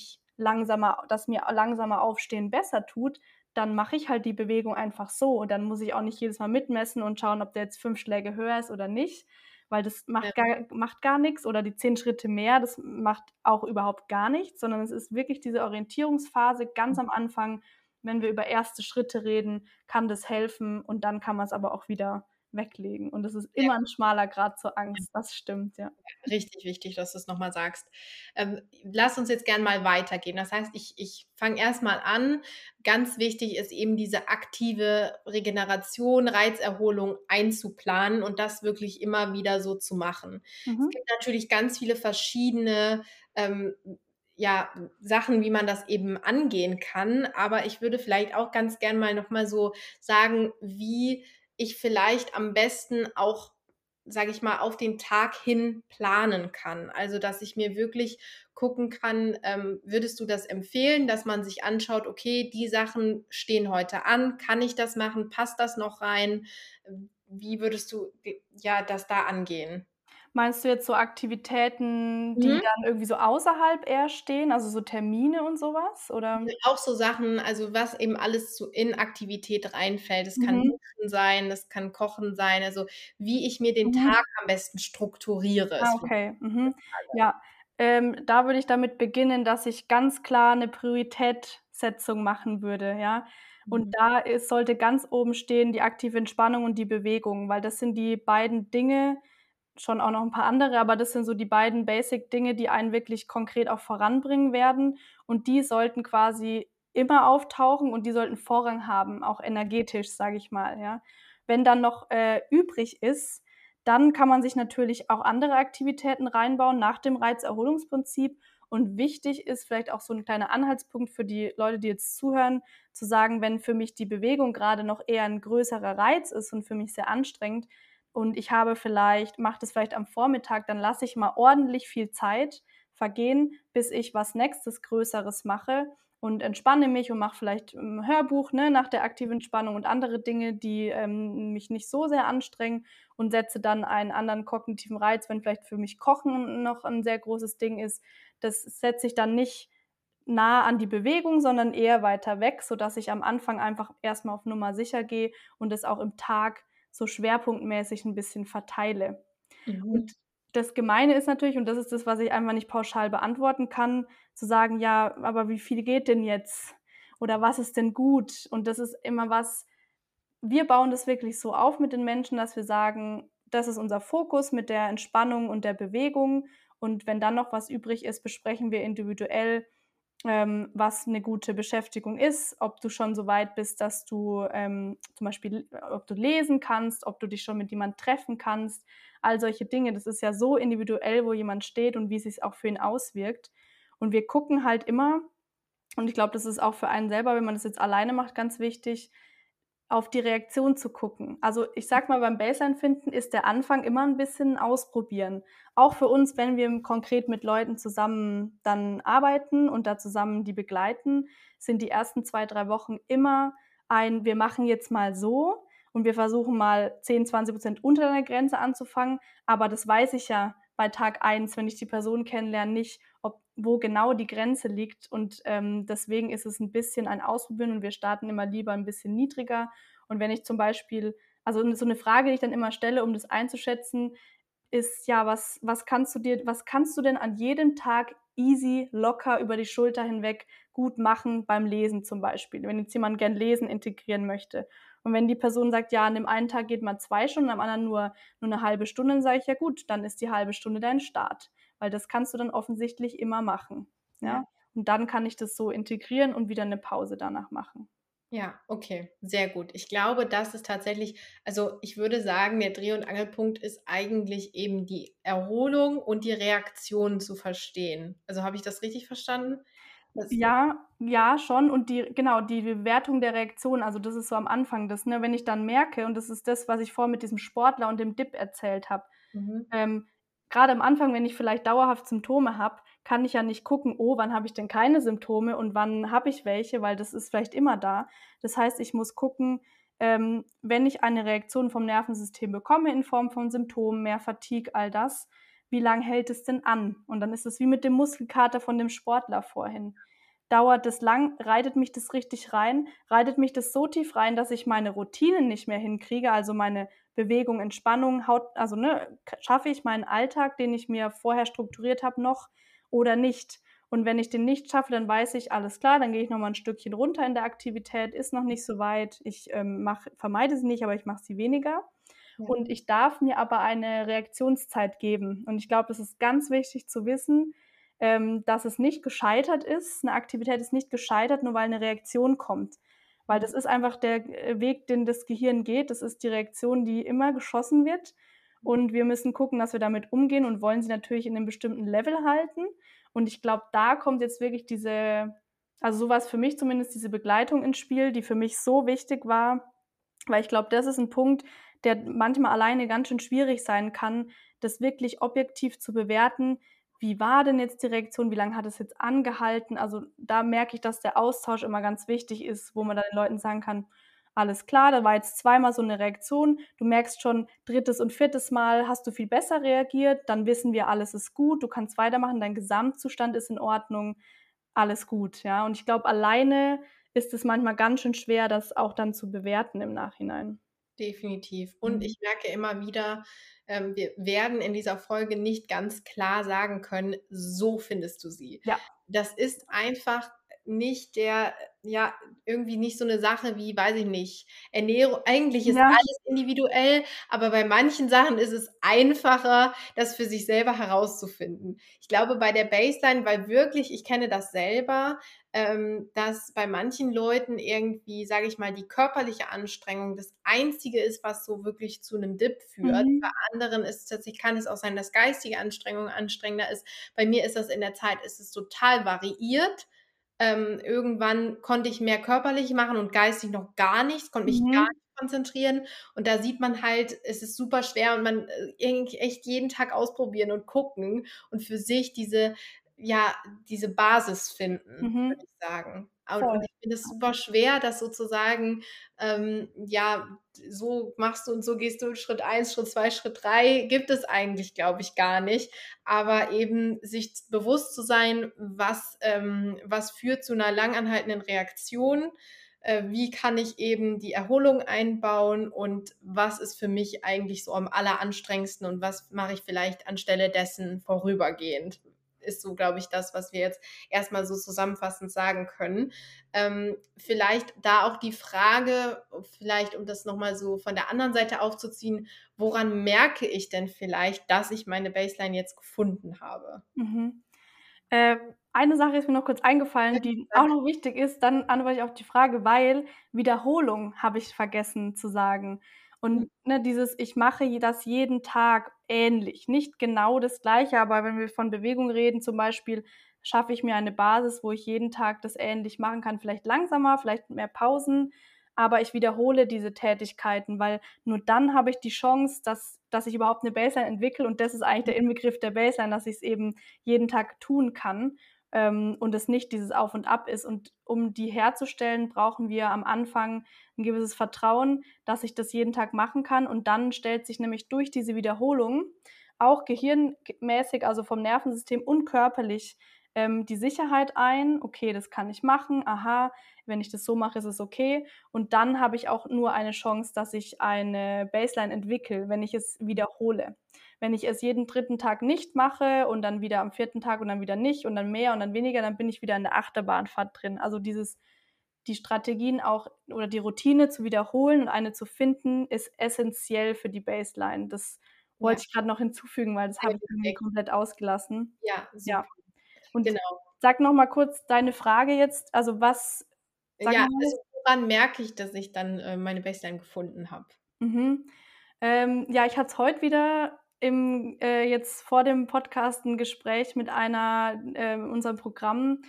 dass mir langsamer Aufstehen besser tut, dann mache ich halt die Bewegung einfach so. Und dann muss ich auch nicht jedes Mal mitmessen und schauen, ob der jetzt 5 Schläge höher ist oder nicht, weil das ja. macht gar nix oder die 10 Schritte mehr, das macht auch überhaupt gar nichts, sondern es ist wirklich diese Orientierungsphase ganz am Anfang. Wenn wir über erste Schritte reden, kann das helfen und dann kann man's aber auch wieder weglegen. Und es ist Sehr immer 'n schmaler Grat zur Angst. Das stimmt, ja. richtig wichtig, dass du's noch mal sagst. Lass uns jetzt gern mal weitergehen. Das heißt, ich fange erst mal an. Ganz wichtig ist eben diese aktive Regeneration, Reizerholung einzuplanen und das wirklich immer wieder so zu machen. Es Mhm. gibt natürlich ganz viele verschiedene, ähm, ja, Sachen, wie man das eben angehen kann, aber ich würde vielleicht auch ganz gern mal noch mal so sagen, wie ich vielleicht am besten auch, sage ich mal, auf den Tag hin planen kann. Also, dass ich mir wirklich gucken kann, würdest du das empfehlen, dass man sich anschaut, okay, die Sachen stehen heute an, kann ich das machen, passt das noch rein? Wie würdest du ja das da angehen? Meinst du jetzt so Aktivitäten, die Mhm. dann irgendwie so außerhalb eher stehen, also so Termine und so was, oder? Auch so Sachen, also was eben alles zu in Aktivität reinfällt. Es kann Mhm. Duschen sein, das kann Kochen sein, also wie ich mir den Mhm. Tag am besten strukturiere, Ah, ist vielleicht okay. die Mhm. Frage. Ja, da würde ich damit beginnen, dass ich ganz klar 'ne Prioritätsetzung machen würde, ja? Und Mhm. sollte ganz oben stehen die aktive Entspannung und die Bewegung, weil das sind die beiden Dinge schon auch noch 'n paar andere, aber das sind so die beiden Basic-Dinge, die einen wirklich konkret auch voranbringen werden. Und die sollten quasi immer auftauchen und die sollten Vorrang haben, auch energetisch, sage ich mal, ja? Wenn dann noch, übrig ist, Dann kann man sich natürlich auch andere Aktivitäten reinbauen nach dem Reizerholungsprinzip. Und wichtig ist vielleicht auch so ein kleiner Anhaltspunkt für die Leute, die jetzt zuhören, zu sagen, wenn für mich die Bewegung gerade noch eher ein größerer Reiz ist und für mich sehr anstrengend und ich mache das vielleicht am Vormittag, dann lasse ich mal ordentlich viel Zeit vergehen, bis ich was Nächstes Größeres mache und entspanne mich und mache vielleicht ein Hörbuch, ne, nach der aktiven Entspannung und andere Dinge, die mich nicht so sehr anstrengen und setze dann einen anderen kognitiven Reiz, wenn vielleicht für mich Kochen noch ein sehr großes Ding ist. Das setze ich dann nicht nah an die Bewegung, sondern eher weiter weg, sodass ich am Anfang einfach erstmal auf Nummer sicher gehe und es auch im Tag so schwerpunktmäßig ein bisschen verteile. Mhm. Und das Gemeine ist natürlich, und das ist das, was ich einfach nicht pauschal beantworten kann, zu sagen: „Ja, aber wie viel geht denn jetzt?“ Oder „Was ist denn gut?“ Und das ist immer was, wir bauen das wirklich so auf mit den Menschen, dass wir sagen: „Das ist unser Fokus mit der Entspannung und der Bewegung und wenn dann noch was übrig ist, besprechen wir individuell, was eine gute Beschäftigung ist, ob du schon so weit bist, dass du, zum Beispiel ob du lesen kannst, ob du dich schon mit jemand treffen kannst, all solche Dinge. Das ist ja so individuell, wo jemand steht und wie es sich auch für ihn auswirkt. Und wir gucken halt immer, und ich glaube, das ist auch für einen selber, wenn man das jetzt alleine macht, ganz wichtig, auf die Reaktion zu gucken. Also, ich sage mal, beim Baseline-Finden ist der Anfang immer 'n bisschen ausprobieren. Auch für uns, wenn wir konkret mit Leuten zusammen dann arbeiten und da zusammen die begleiten, sind die ersten 2, 3 Wochen immer ein: „Wir machen jetzt mal so und wir versuchen mal 10, 20% unter der Grenze anzufangen.“ Aber das weiß ich ja bei Tag 1, wenn ich die Person kennenlerne, nicht, wo genau die Grenze liegt. Und, deswegen ist es 'n bisschen ein Ausprobieren und wir starten immer lieber 'n bisschen niedriger. Und wenn ich zum Beispiel, also so eine Frage, die ich dann immer stelle, um das einzuschätzen, ist: „Ja, was kannst du denn an jedem Tag easy, locker über die Schulter hinweg gut machen beim Lesen?“ Zum Beispiel, wenn jetzt jemand gern Lesen integrieren möchte. Und wenn die Person sagt: „Ja, an dem einen Tag geht mal 2 Stunden, am anderen nur eine halbe Stunde“, dann sage ich: „Ja gut, dann ist die halbe Stunde dein Start“, weil das kannst du dann offensichtlich immer machen, Ja. ja? Und dann kann ich das so integrieren und wieder eine Pause danach machen. Ja, okay, sehr gut. Ich glaube, das ist tatsächlich, also ich würde sagen, der Dreh- und Angelpunkt ist eigentlich eben die Erholung und die Reaktion zu verstehen. Also habe ich das richtig verstanden? Das, Ja, ja, schon. Und die Bewertung der Reaktion, also das ist so am Anfang das, ne? Wenn ich dann merke, und das ist das, was ich vorhin mit diesem Sportler und dem Dip erzählt habe, mhm. ähm, grade am Anfang, wenn ich vielleicht dauerhaft Symptome habe, kann ich ja nicht gucken: „Oh, wann habe ich denn keine Symptome und wann habe ich welche?“ Weil das ist vielleicht immer da. Das heißt, ich muss gucken, wenn ich eine Reaktion vom Nervensystem bekomme in Form von Symptomen, mehr Fatigue, all das, wie lang hält es denn an? Und dann ist es wie mit dem Muskelkater von dem Sportler vorhin. Dauert es lang? Reitet mich das richtig rein? Reitet mich das so tief rein, dass ich meine Routinen nicht mehr hinkriege, also meine Bewegung, Entspannung, ne, schaffe ich meinen Alltag, den ich mir vorher strukturiert habe, noch oder nicht? Und wenn ich den nicht schaffe, dann weiß ich, alles klar, dann gehe ich noch mal 'n Stückchen runter in der Aktivität, ist noch nicht so weit. Ich, vermeide sie nicht, aber ich mache sie weniger. Ja. Und ich darf mir aber eine Reaktionszeit geben. Und ich glaube, das ist ganz wichtig zu wissen, dass es nicht gescheitert ist. Eine Aktivität ist nicht gescheitert, nur weil eine Reaktion kommt. Weil Mhm. das ist einfach der, Weg, den das Gehirn geht. Das ist die Reaktion, die immer geschossen wird. Und wir müssen gucken, dass wir damit umgehen und wollen sie natürlich in 'nem bestimmten Level halten. Und ich glaube, da kommt jetzt wirklich also so war's für mich zumindest, diese Begleitung ins Spiel, die für mich so wichtig war, weil ich glaube, das ist 'n Punkt, der manchmal alleine ganz schön schwierig sein kann, das wirklich objektiv zu bewerten. Wie war denn jetzt die Reaktion? Wie lange hat es jetzt angehalten? Also, da merke ich, dass der Austausch immer ganz wichtig ist, wo man dann den Leuten sagen kann: „Alles klar, da war jetzt zweimal so 'ne Reaktion. Du merkst schon, drittes und viertes Mal hast du viel besser reagiert. Dann wissen wir, alles ist gut. Du kannst weitermachen. Dein Gesamtzustand ist in Ordnung. Alles gut“, ja? Und ich glaube, alleine ist es manchmal ganz schön schwer, das auch dann zu bewerten im Nachhinein. Definitiv. Und Mhm. ich merke immer wieder, wir werden in dieser Folge nicht ganz klar sagen können: „So findest du sie.“ Ja. Das ist einfach nicht der ja, irgendwie nicht so eine Sache wie, weiß ich nicht, Ernährung. Eigentlich ist Ja. alles individuell, aber bei manchen Sachen ist es einfacher, das für sich selber herauszufinden. Ich glaube, bei der Baseline, weil wirklich, ich kenne das selber, dass bei manchen Leuten irgendwie, sage ich mal, die körperliche Anstrengung das Einzige ist, was so wirklich zu einem Dip führt. Bei Mhm. anderen ist es tatsächlich, kann es auch sein, dass geistige Anstrengung anstrengender ist. Bei mir ist das in der Zeit, ist es total variiert. Irgendwann konnte ich mehr körperlich machen und geistig noch gar nichts, konnte mich gar Mhm. nicht konzentrieren. Und da sieht man halt, es ist super schwer und man irgendwie echt jeden Tag ausprobieren und gucken und für sich ja, diese Basis finden, würde Mhm. ich sagen. Und Voll. ich finde es super schwer, das sozusagen, ja, so machst du und so gehst du Schritt eins, Schritt 2, Schritt 3 gibt es eigentlich, glaube ich, gar nicht. Aber eben sich bewusst zu sein, was führt zu einer langanhaltenden Reaktion, wie kann ich eben die Erholung einbauen und was ist für mich eigentlich so am alleranstrengendsten und was mache ich vielleicht anstelle dessen vorübergehend, ist so, glaube ich, das, was wir jetzt erstmal so zusammenfassend sagen können. Vielleicht da auch die Frage, vielleicht um das nochmal so von der anderen Seite aufzuziehen, woran merke ich denn vielleicht, dass ich meine Baseline jetzt gefunden habe? Mhm. Eine Sache ist mir noch kurz eingefallen, die auch noch wichtig ist, dann antworte ich auf die Frage, weil Wiederholung habe ich vergessen zu sagen. Und, ne, dieses ich mache das jeden Tag ähnlich, nicht genau das Gleiche, aber wenn wir von Bewegung reden zum Beispiel, schaffe ich mir eine Basis, wo ich jeden Tag das ähnlich machen kann, vielleicht langsamer, vielleicht mit mehr Pausen, aber ich wiederhole diese Tätigkeiten, weil nur dann habe ich die Chance, dass ich überhaupt 'ne Baseline entwickle und das ist eigentlich der Inbegriff der Baseline, dass ich's eben jeden Tag tun kann, und es nicht dieses Auf und Ab ist. Und um die herzustellen, brauchen wir am Anfang 'n gewisses Vertrauen, dass ich das jeden Tag machen kann und dann stellt sich nämlich durch diese Wiederholung auch gehirnmäßig, also vom Nervensystem und körperlich, die Sicherheit ein: „Okay, das kann ich machen. Aha, wenn ich das so mache, ist es okay.“ Und dann habe ich auch nur eine Chance, dass ich eine Baseline entwickle, wenn ich es wiederhole. Wenn ich es jeden dritten Tag nicht mache und dann wieder am vierten Tag und dann wieder nicht und dann mehr und dann weniger, dann bin ich wieder in der Achterbahnfahrt drin. Also die Strategien auch oder die Routine zu wiederholen und eine zu finden, ist essenziell für die Baseline. Das wollte Ja, ich gerade noch hinzufügen, weil das sehr habe ich irgendwie wichtig. komplett ausgelassen. Ja, Ja. super. Und Genau. sag noch mal kurz deine Frage jetzt, also was sag Ja, noch mal. also woran merke ich, dass ich dann, meine Baseline gefunden habe? Mhm. Ja, ich hatte heute wieder jetzt vor dem Podcast 'n Gespräch mit einer, in unserem Programm,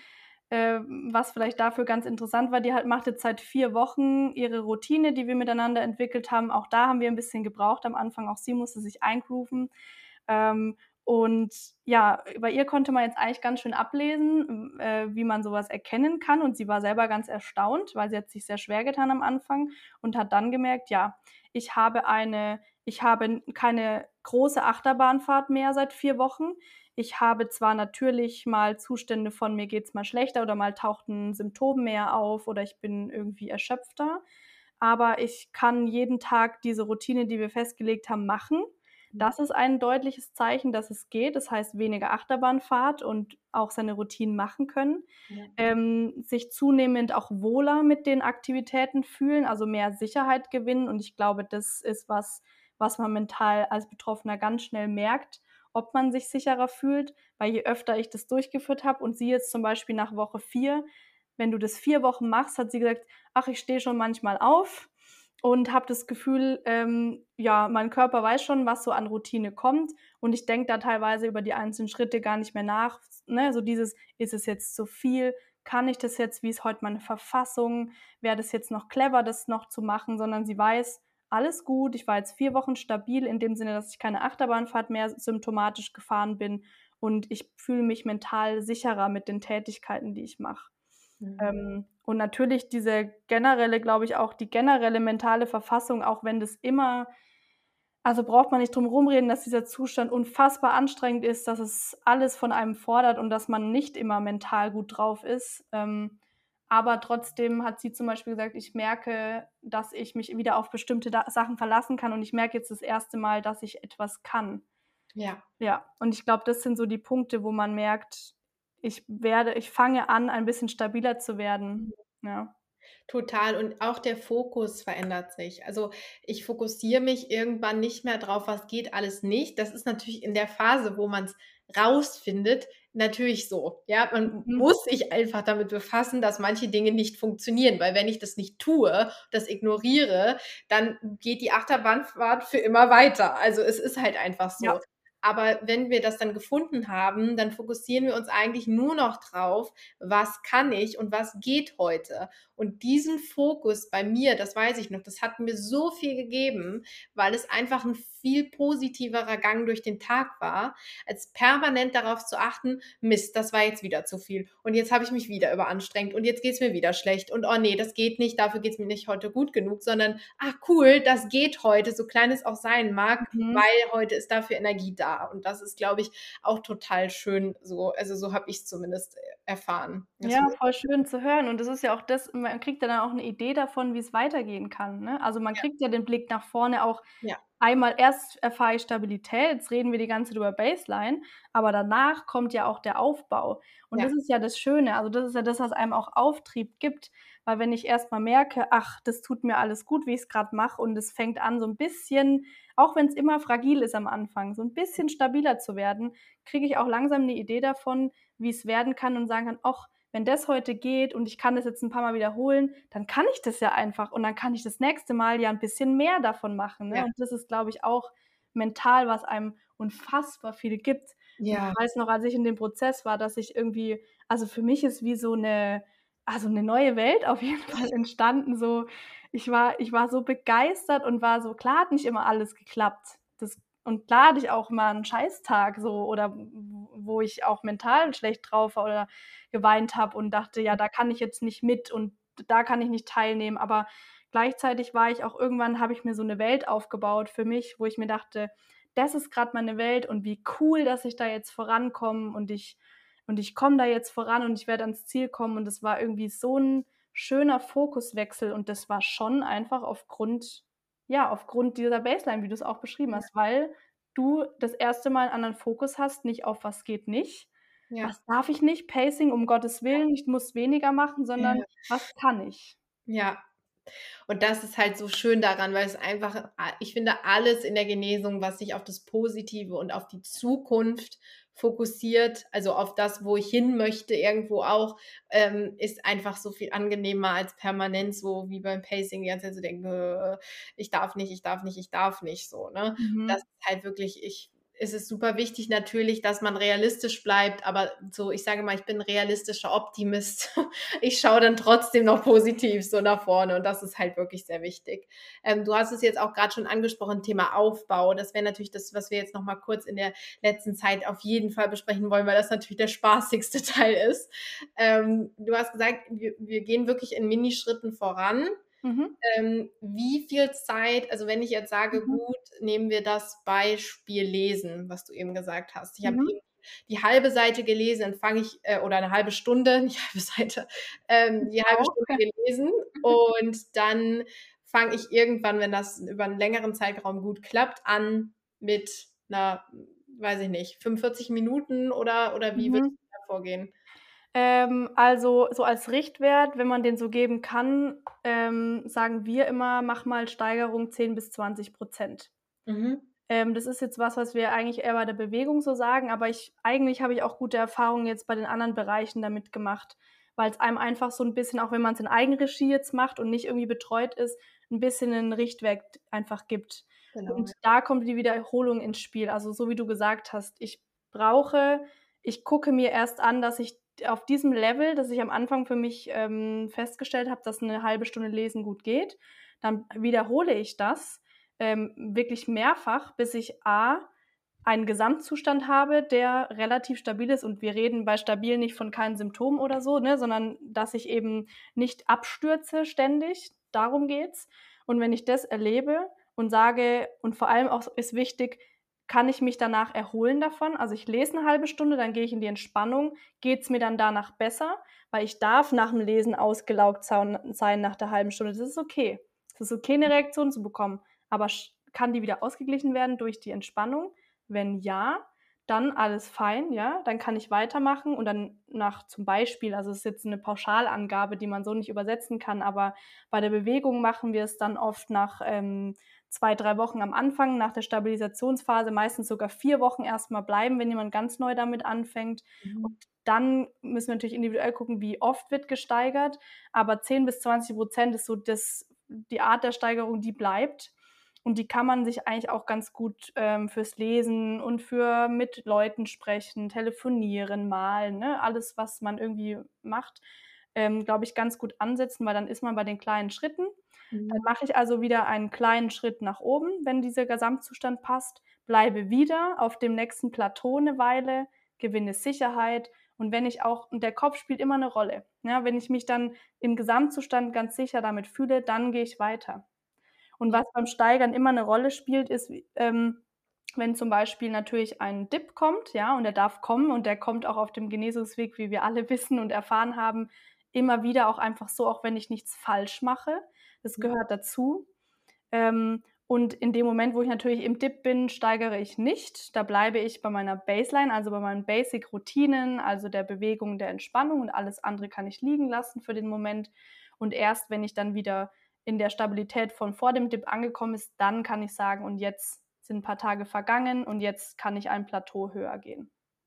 was vielleicht dafür ganz interessant war. Die halt macht jetzt seit 4 Wochen ihre Routine, die wir miteinander entwickelt haben. Auch da haben wir 'n bisschen gebraucht am Anfang. Auch sie musste sich eingrooven. Ähm, und ja, bei ihr konnte man jetzt eigentlich ganz schön ablesen, wie man so was erkennen kann. Und sie war selber ganz erstaunt, weil sie hat sich sehr schwer getan am Anfang und hat dann gemerkt: „Ja, ich habe keine große Achterbahnfahrt mehr seit 4 Wochen. Ich habe zwar natürlich mal Zustände von mir geht's mal schlechter oder mal taucht 'n Symptom mehr auf oder ich bin irgendwie erschöpfter, aber ich kann jeden Tag diese Routine, die wir festgelegt haben, machen. Mhm. Das ist ein deutliches Zeichen, dass es geht. Das heißt, weniger Achterbahnfahrt und auch seine Routinen machen können. Ja. Sich zunehmend auch wohler mit den Aktivitäten fühlen, also mehr Sicherheit gewinnen und ich glaube, das ist was man mental als Betroffener ganz schnell merkt, ob man sich sicherer fühlt, weil je öfter ich das durchgeführt habe und sie jetzt zum Beispiel nach Woche 4, wenn du das 4 Wochen machst, hat sie gesagt: „Ach, ich stehe schon manchmal auf und habe das Gefühl, ja, mein Körper weiß schon, was so an Routine kommt und ich denke da teilweise über die einzelnen Schritte gar nicht mehr nach“, ne? So dieses: „Ist es jetzt zu viel? Kann ich das jetzt? Wie ist heute meine Verfassung? Wäre das jetzt noch clever, das noch zu machen?“ Sondern sie weiß: „Alles gut, ich war jetzt 4 Wochen stabil in dem Sinne, dass ich keine Achterbahnfahrt mehr symptomatisch gefahren bin und ich fühle mich mental sicherer mit den Tätigkeiten, die ich mache.“ Mhm. Und natürlich diese generelle glaube ich auch die generelle mentale Verfassung, auch wenn das immer also, braucht man nicht drum rumreden, dass dieser Zustand unfassbar anstrengend ist, dass es alles von einem fordert und dass man nicht immer mental gut drauf ist. Aber trotzdem hat sie zum Beispiel gesagt: „Ich merke, dass ich mich wieder auf bestimmte da Sachen verlassen kann und ich merke jetzt das erste Mal, dass ich etwas kann.“ Ja. Ja, und ich glaube, das sind so die Punkte, wo man merkt, ich fange an, ein bisschen stabiler zu werden. Ja. Total und auch der Fokus verändert sich. Also, ich fokussiere mich irgendwann nicht mehr drauf, was geht alles nicht. Das ist natürlich in der Phase, wo man's rausfindet, natürlich so. Ja, man Mhm. muss sich einfach damit befassen, dass manche Dinge nicht funktionieren, weil wenn ich das nicht tue, das ignoriere, dann geht die Achterbahnfahrt für immer weiter. Also, es ist halt einfach Ja. so. Aber wenn wir das dann gefunden haben, dann fokussieren wir uns eigentlich nur noch drauf: „Was kann ich und was geht heute?“ Und diesen Fokus bei mir, das weiß ich noch, das hat mir so viel gegeben, weil es einfach ein viel positiverer Gang durch den Tag war, als permanent darauf zu achten: „Mist, das war jetzt wieder zu viel und jetzt habe ich mich wieder überanstrengt und jetzt geht's mir wieder schlecht und oh nee, das geht nicht, dafür geht's mir nicht heute gut genug“, sondern: „Ah, cool, das geht heute, so klein es auch sein mag, Mhm. weil heute ist dafür Energie da.“ Und das ist, glaube ich, auch total schön so. Also, so habe ich's zumindest erfahren. Das Ja, voll schön zu hören. Und das ist ja auch das, man kriegt ja dann auch 'ne Idee davon, wie's weitergehen kann, ne? Also, man ja, kriegt ja den Blick nach vorne auch. ja, Einmal erst erfahre ich Stabilität, jetzt reden wir die ganze Zeit über Baseline, aber danach kommt ja auch der Aufbau. Und das ja, ist ja das Schöne, also das ist ja das, was einem auch Auftrieb gibt, weil wenn ich erst mal merke: „Ach, das tut mir alles gut, wie ich's grad mache“, und es fängt an, so 'n bisschen, auch wenn's immer fragil ist am Anfang, so 'n bisschen stabiler zu werden, kriege ich auch langsam 'ne Idee davon, wie's werden kann, und sagen kann: „Och, wenn das heute geht und ich kann das jetzt 'n paarmal wiederholen, dann kann ich das ja einfach und dann kann ich das nächste Mal ja 'n bisschen mehr davon machen“, ne? ja, Und das ist, glaube ich, auch mental, was einem unfassbar viel gibt. Und ich ja. weiß noch, als ich in dem Prozess war, dass ich irgendwie, also, für mich ist wie so 'ne, also, 'ne neue Welt auf jeden Fall entstanden, so. Ich war so begeistert und war so, klar hat nicht immer alles geklappt. Und klar hatte ich auch mal 'n Scheißtag so, oder wo ich auch mental schlecht drauf war oder geweint habe und dachte: „Ja, da kann ich jetzt nicht mit und da kann ich nicht teilnehmen.“ Aber gleichzeitig war ich auch irgendwann, habe ich mir so 'ne Welt aufgebaut für mich, wo ich mir dachte: „Das ist grad meine Welt und wie cool, dass ich da jetzt vorankomme und ich komme da jetzt voran und ich werde ans Ziel kommen.“ Und das war irgendwie so 'n schöner Fokuswechsel, und das war schon einfach aufgrund dieser Baseline, wie du's auch beschrieben hast, weil du das erste Mal 'n anderen Fokus hast, nicht auf was geht nicht, Ja, was darf ich nicht, Pacing, um Gottes Willen, ich muss weniger machen, sondern ja, was kann ich? ja. Und das ist halt so schön daran, weil es einfach ich finde, alles in der Genesung, was sich auf das Positive und auf die Zukunft fokussiert, also auf das, wo ich hin möchte irgendwo auch, ist einfach so viel angenehmer als permanent so wie beim Pacing die ganze Zeit so denken: ich darf nicht, ich darf nicht, ich darf nicht“, so, ne? Das Mhm. ist halt wirklich es ist super wichtig natürlich, dass man realistisch bleibt, aber so, ich sage mal, ich bin 'n realistischer Optimist. Ich schaue dann trotzdem noch positiv so nach vorne und das ist halt wirklich sehr wichtig. Du hast es jetzt auch gerade schon angesprochen, Thema Aufbau. Das wäre natürlich das, was wir jetzt noch mal kurz in der letzten Zeit auf jeden Fall besprechen wollen, weil das natürlich der spaßigste Teil ist. Du hast gesagt, wir gehen wirklich in Minischritten voran. Mhm. Wie viel Zeit, also wenn ich jetzt sage, Mhm. gut, nehmen wir das Beispiel Lesen, was du eben gesagt hast. Ich habe Mhm. eben die halbe Seite gelesen, dann fange ich oder eine halbe Stunde, nicht halbe Seite, die halbe Auch. Stunde gelesen und dann fange ich irgendwann, wenn das über 'n längeren Zeitraum gut klappt, an mit 'ner, weiß ich nicht, 45 Minuten oder wie würdest Mhm. du da vorgehen? Also, so als Richtwert, wenn man den so geben kann, sagen wir immer: „Mach mal Steigerung 10 bis 20%.“ Mhm. Das ist jetzt was wir eigentlich eher bei der Bewegung so sagen, aber eigentlich habe ich auch gute Erfahrungen jetzt bei den anderen Bereichen damit gemacht, weil's einem einfach so 'n bisschen, auch wenn man's in Eigenregie jetzt macht und nicht irgendwie betreut ist, 'n bisschen 'nen Richtwert einfach gibt. Genau, Und ja. da kommt die Wiederholung ins Spiel. Also, so wie du gesagt hast, ich gucke mir erst an, dass ich auf diesem Level, das ich am Anfang für mich, festgestellt habe, dass 'ne halbe Stunde Lesen gut geht, dann wiederhole ich das wirklich mehrfach, bis ich A, einen Gesamtzustand habe, der relativ stabil ist, und wir reden bei stabil nicht von keinen Symptomen oder so, ne, sondern dass ich eben nicht abstürze ständig, darum geht's. Und wenn ich das erlebe und sage, und vor allem auch ist wichtig, kann ich mich danach erholen davon? Also, ich lese 'ne halbe Stunde, dann gehe ich in die Entspannung. Geht's mir dann danach besser? Weil ich darf nach dem Lesen ausgelaugt sein nach der halben Stunde. Das ist okay. Es ist okay, 'ne Reaktion zu bekommen. Aber kann die wieder ausgeglichen werden durch die Entspannung? Wenn ja, dann alles fein, ja, dann kann ich weitermachen und dann nach zum Beispiel, also es ist jetzt eine Pauschalangabe, die man so nicht übersetzen kann, aber bei der Bewegung machen wir es dann oft nach, 2, 3 Wochen am Anfang, nach der Stabilisationsphase, meistens sogar 4 Wochen erst mal bleiben, wenn jemand ganz neu damit anfängt. Und Mhm. dann müssen wir natürlich individuell gucken, wie oft wird gesteigert, aber 10 bis 20% ist so die Art der Steigerung, die bleibt. Und die kann man sich eigentlich auch ganz gut, fürs Lesen und für mit Leuten sprechen, telefonieren, malen, ne? Alles, was man irgendwie macht, glaube ich, ganz gut ansetzen, weil dann ist man bei den kleinen Schritten. Dann Mhm. mache ich also wieder einen kleinen Schritt nach oben, wenn dieser Gesamtzustand passt, bleibe wieder auf dem nächsten Plateau 'ne Weile, gewinne Sicherheit und wenn ich auch und der Kopf spielt immer 'ne Rolle, ja? Wenn ich mich dann im Gesamtzustand ganz sicher damit fühle, dann gehe ich weiter. Und Ja. was beim Steigern immer 'ne Rolle spielt, ist, wenn zum Beispiel natürlich ein Dip kommt, ja, und der darf kommen und der kommt auch auf dem Genesungsweg, wie wir alle wissen und erfahren haben, immer wieder auch einfach so, auch wenn ich nichts falsch mache. Das Mhm. gehört dazu. Und in dem Moment, wo ich natürlich im Dip bin, steigere ich nicht. Da bleibe ich bei meiner Baseline, also bei meinen Basic-Routinen, also der Bewegung, der Entspannung und alles andere kann ich liegen lassen für den Moment. Und erst wenn ich dann wieder in der Stabilität von vor dem Dip angekommen ist, dann kann ich sagen: „Und jetzt sind 'n paar Tage vergangen und jetzt kann ich ein Plateau höher gehen.“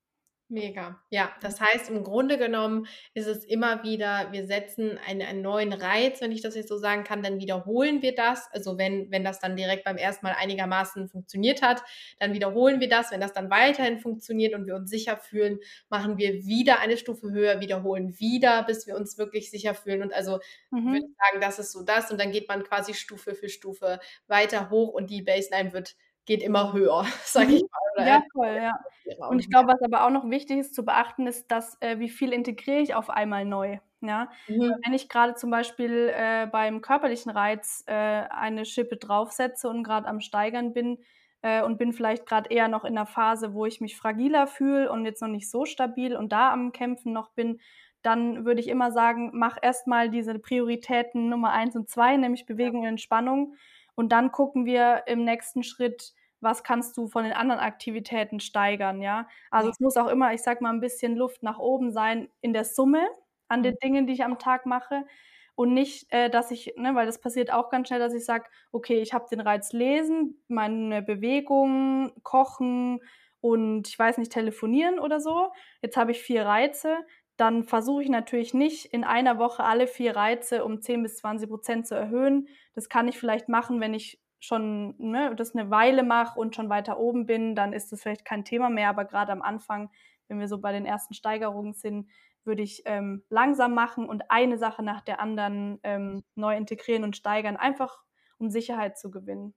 Mega. Ja, das heißt, im Grunde genommen ist es immer wieder, wir setzen einen neuen Reiz, wenn ich das jetzt so sagen kann, dann wiederholen wir das. Also wenn das dann direkt beim ersten Mal einigermaßen funktioniert hat, dann wiederholen wir das. Wenn das dann weiterhin funktioniert und wir uns sicher fühlen, machen wir wieder eine Stufe höher, wiederholen wieder, bis wir uns wirklich sicher fühlen. Und also würde Mhm. ich sagen, das ist so das. Und dann geht man quasi Stufe für Stufe weiter hoch und die Baseline geht immer höher, sage ich Mhm. mal, Ja, oder voll, ja. schwerer Und und ich mehr. glaube, was aber auch noch wichtig ist zu beachten, ist, dass wie viel integriere ich auf einmal neu, ja? Weil Mhm. wenn ich grade zum Beispiel, beim körperlichen Reiz, eine Schippe draufsetze und grad am Steigern bin, und bin vielleicht grad eher noch in 'ner Phase, wo ich mich fragiler fühle und jetzt noch nicht so stabil und da am Kämpfen noch bin, dann würde ich immer sagen: „Mach erst mal diese Prioritäten Nummer 1 und 2, nämlich Bewegung und Entspannung, und dann gucken wir im nächsten Schritt, was kannst du von den anderen Aktivitäten steigern, ja? Also, Ja. es muss auch immer, ich sage mal, 'n bisschen Luft nach oben sein in der Summe an den Mhm. Dingen, die ich am Tag mache und nicht, dass ich ne, weil das passiert auch ganz schnell, dass ich sage: „Okay, ich habe den Reiz Lesen, meine Bewegung, Kochen und ich weiß nicht, telefonieren oder so. Jetzt habe ich 4 Reize.“ Dann versuche ich natürlich nicht, in einer Woche alle 4 Reize um 10 bis 20% zu erhöhen. Das kann ich vielleicht machen, wenn ich schon, ne, das 'ne Weile mache und schon weiter oben bin, dann ist das vielleicht kein Thema mehr, aber grade am Anfang, wenn wir so bei den ersten Steigerungen sind, würde ich, langsam machen und eine Sache nach der anderen, neu integrieren und steigern, einfach um Sicherheit zu gewinnen.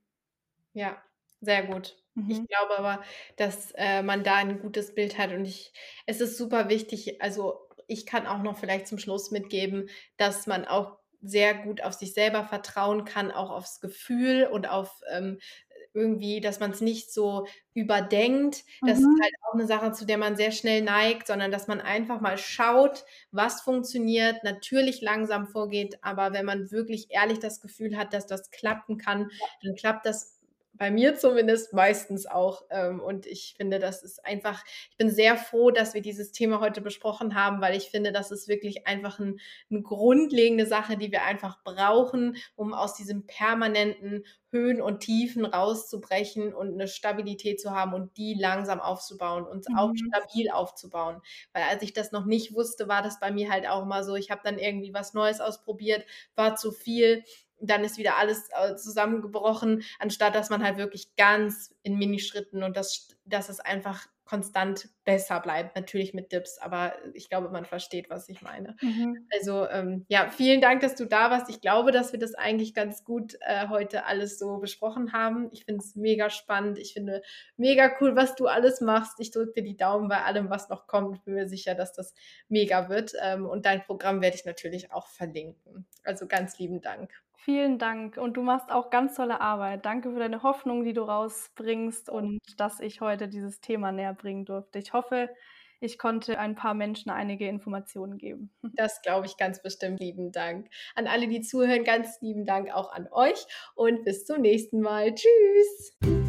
Ja, sehr gut. Ich Mhm. glaube aber, dass, man da ein gutes Bild hat und es ist super wichtig, also, ich kann auch noch vielleicht zum Schluss mitgeben, dass man auch sehr gut auf sich selber vertrauen kann, auch aufs Gefühl und auf, irgendwie, dass man es nicht so überdenkt. Das ist Mhm. halt auch eine Sache, zu der man sehr schnell neigt, sondern dass man einfach mal schaut, was funktioniert, natürlich langsam vorgeht, aber wenn man wirklich ehrlich das Gefühl hat, dass das klappen kann, dann klappt das bei mir zumindest meistens auch. Und ich finde, das ist einfach, ich bin sehr froh, dass wir dieses Thema heute besprochen haben, weil ich finde, das ist wirklich einfach 'ne grundlegende Sache, die wir einfach brauchen, um aus diesem permanenten Höhen und Tiefen rauszubrechen und eine Stabilität zu haben und die langsam aufzubauen und auch Mhm. stabil aufzubauen. Weil als ich das noch nicht wusste, war das bei mir halt auch immer so, ich habe dann irgendwie was Neues ausprobiert, war zu viel, dann ist wieder alles, zusammengebrochen, anstatt dass man halt wirklich ganz in Minischritten und dass es einfach konstant besser bleibt. Natürlich mit Dips, aber ich glaube, man versteht, was ich meine. Mhm. Also, ja, vielen Dank, dass du da warst. Ich glaube, dass wir das eigentlich ganz gut, heute alles so besprochen haben. Ich finde es mega spannend. Ich finde mega cool, was du alles machst. Ich drücke dir die Daumen bei allem, was noch kommt. Ich bin mir sicher, dass das mega wird. Und dein Programm werde ich natürlich auch verlinken. Also, ganz lieben Dank. Vielen Dank und du machst auch ganz tolle Arbeit. Danke für deine Hoffnung, die du rausbringst und dass ich heute dieses Thema näherbringen durfte. Ich hoffe, ich konnte ein paar Menschen einige Informationen geben. Das glaube ich ganz bestimmt. Lieben Dank. An alle, die zuhören, ganz lieben Dank auch an euch und bis zum nächsten Mal. Tschüss.